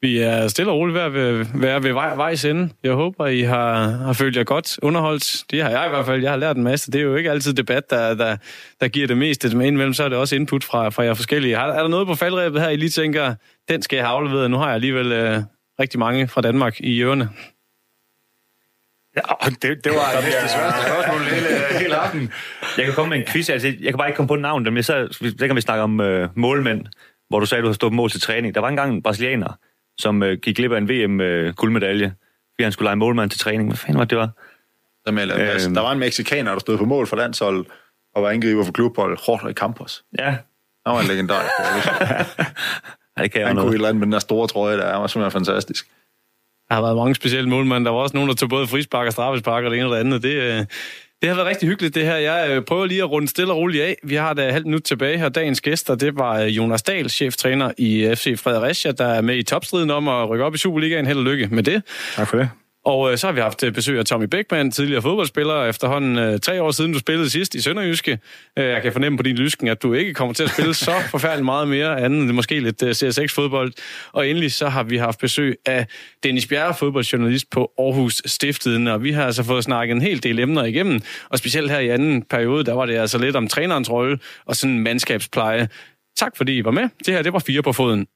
Vi er stille og roligt ved at være, være ved vej, vejs ende. Jeg håber, I har, har følt jer godt underholdt. Det har jeg i hvert fald. Jeg har lært en masse. Det er jo ikke altid debat, der, der, der giver det meste. Men indimellem så er det også input fra, fra jer forskellige. Er der noget på faldrebet her, I lige tænker, den skal jeg have afleveret? Nu har jeg alligevel øh, rigtig mange fra Danmark i ørerne. Ja, det, det var næsten sværeste spørgsmål hele, hele aften. Jeg kan komme med en quiz. Altså, jeg kan bare ikke komme på navn. Men så, så kan vi snakke om øh, målmænd, hvor du sagde, at du har stået på mål til træning. Der var engang en brasilianer, som øh, gik glip af en V M-guldmedalje, øh, fordi han skulle lege målmand til træning. Hvad fanden var det, var? Der, med, øhm, der var en meksikaner, der stod på mål for landshold, og var angriber for klubhold, Jorge Campos. Ja. Han var en legendarisk. Ja, det kan jeg han noget. kunne et eller andet med den der store trøje, der var simpelthen fantastisk. Der har været mange specielle målmænd. Der var også nogen, der tog både frispark og straffespark og det ene og det andet. Det, øh, det har været rigtig hyggeligt, det her. Jeg øh, prøver lige at runde stille og roligt af. Vi har da halvt minut tilbage her. Dagens gæster, det var Jonas Dahl, cheftræner i F C Fredericia, der er med i topstriden om at rykke op i Superligaen. Held og lykke med det. Tak for det. Og øh, så har vi haft besøg af Tommy Bækman, tidligere fodboldspiller, efterhånden øh, tre år siden du spillede sidst i Sønderjyske. Øh, jeg kan fornemme på din lysken, at du ikke kommer til at spille så forfærdeligt meget mere, andet end måske lidt øh, C S X-fodbold. Og endelig så har vi haft besøg af Dennis Bjerre, fodboldjournalist på Aarhus Stiftstidende, og vi har altså fået snakket en hel del emner igennem, og specielt her i anden periode, der var det altså lidt om trænerens rolle og sådan mandskabspleje. Tak fordi I var med. Det her, det var Fire på Foden.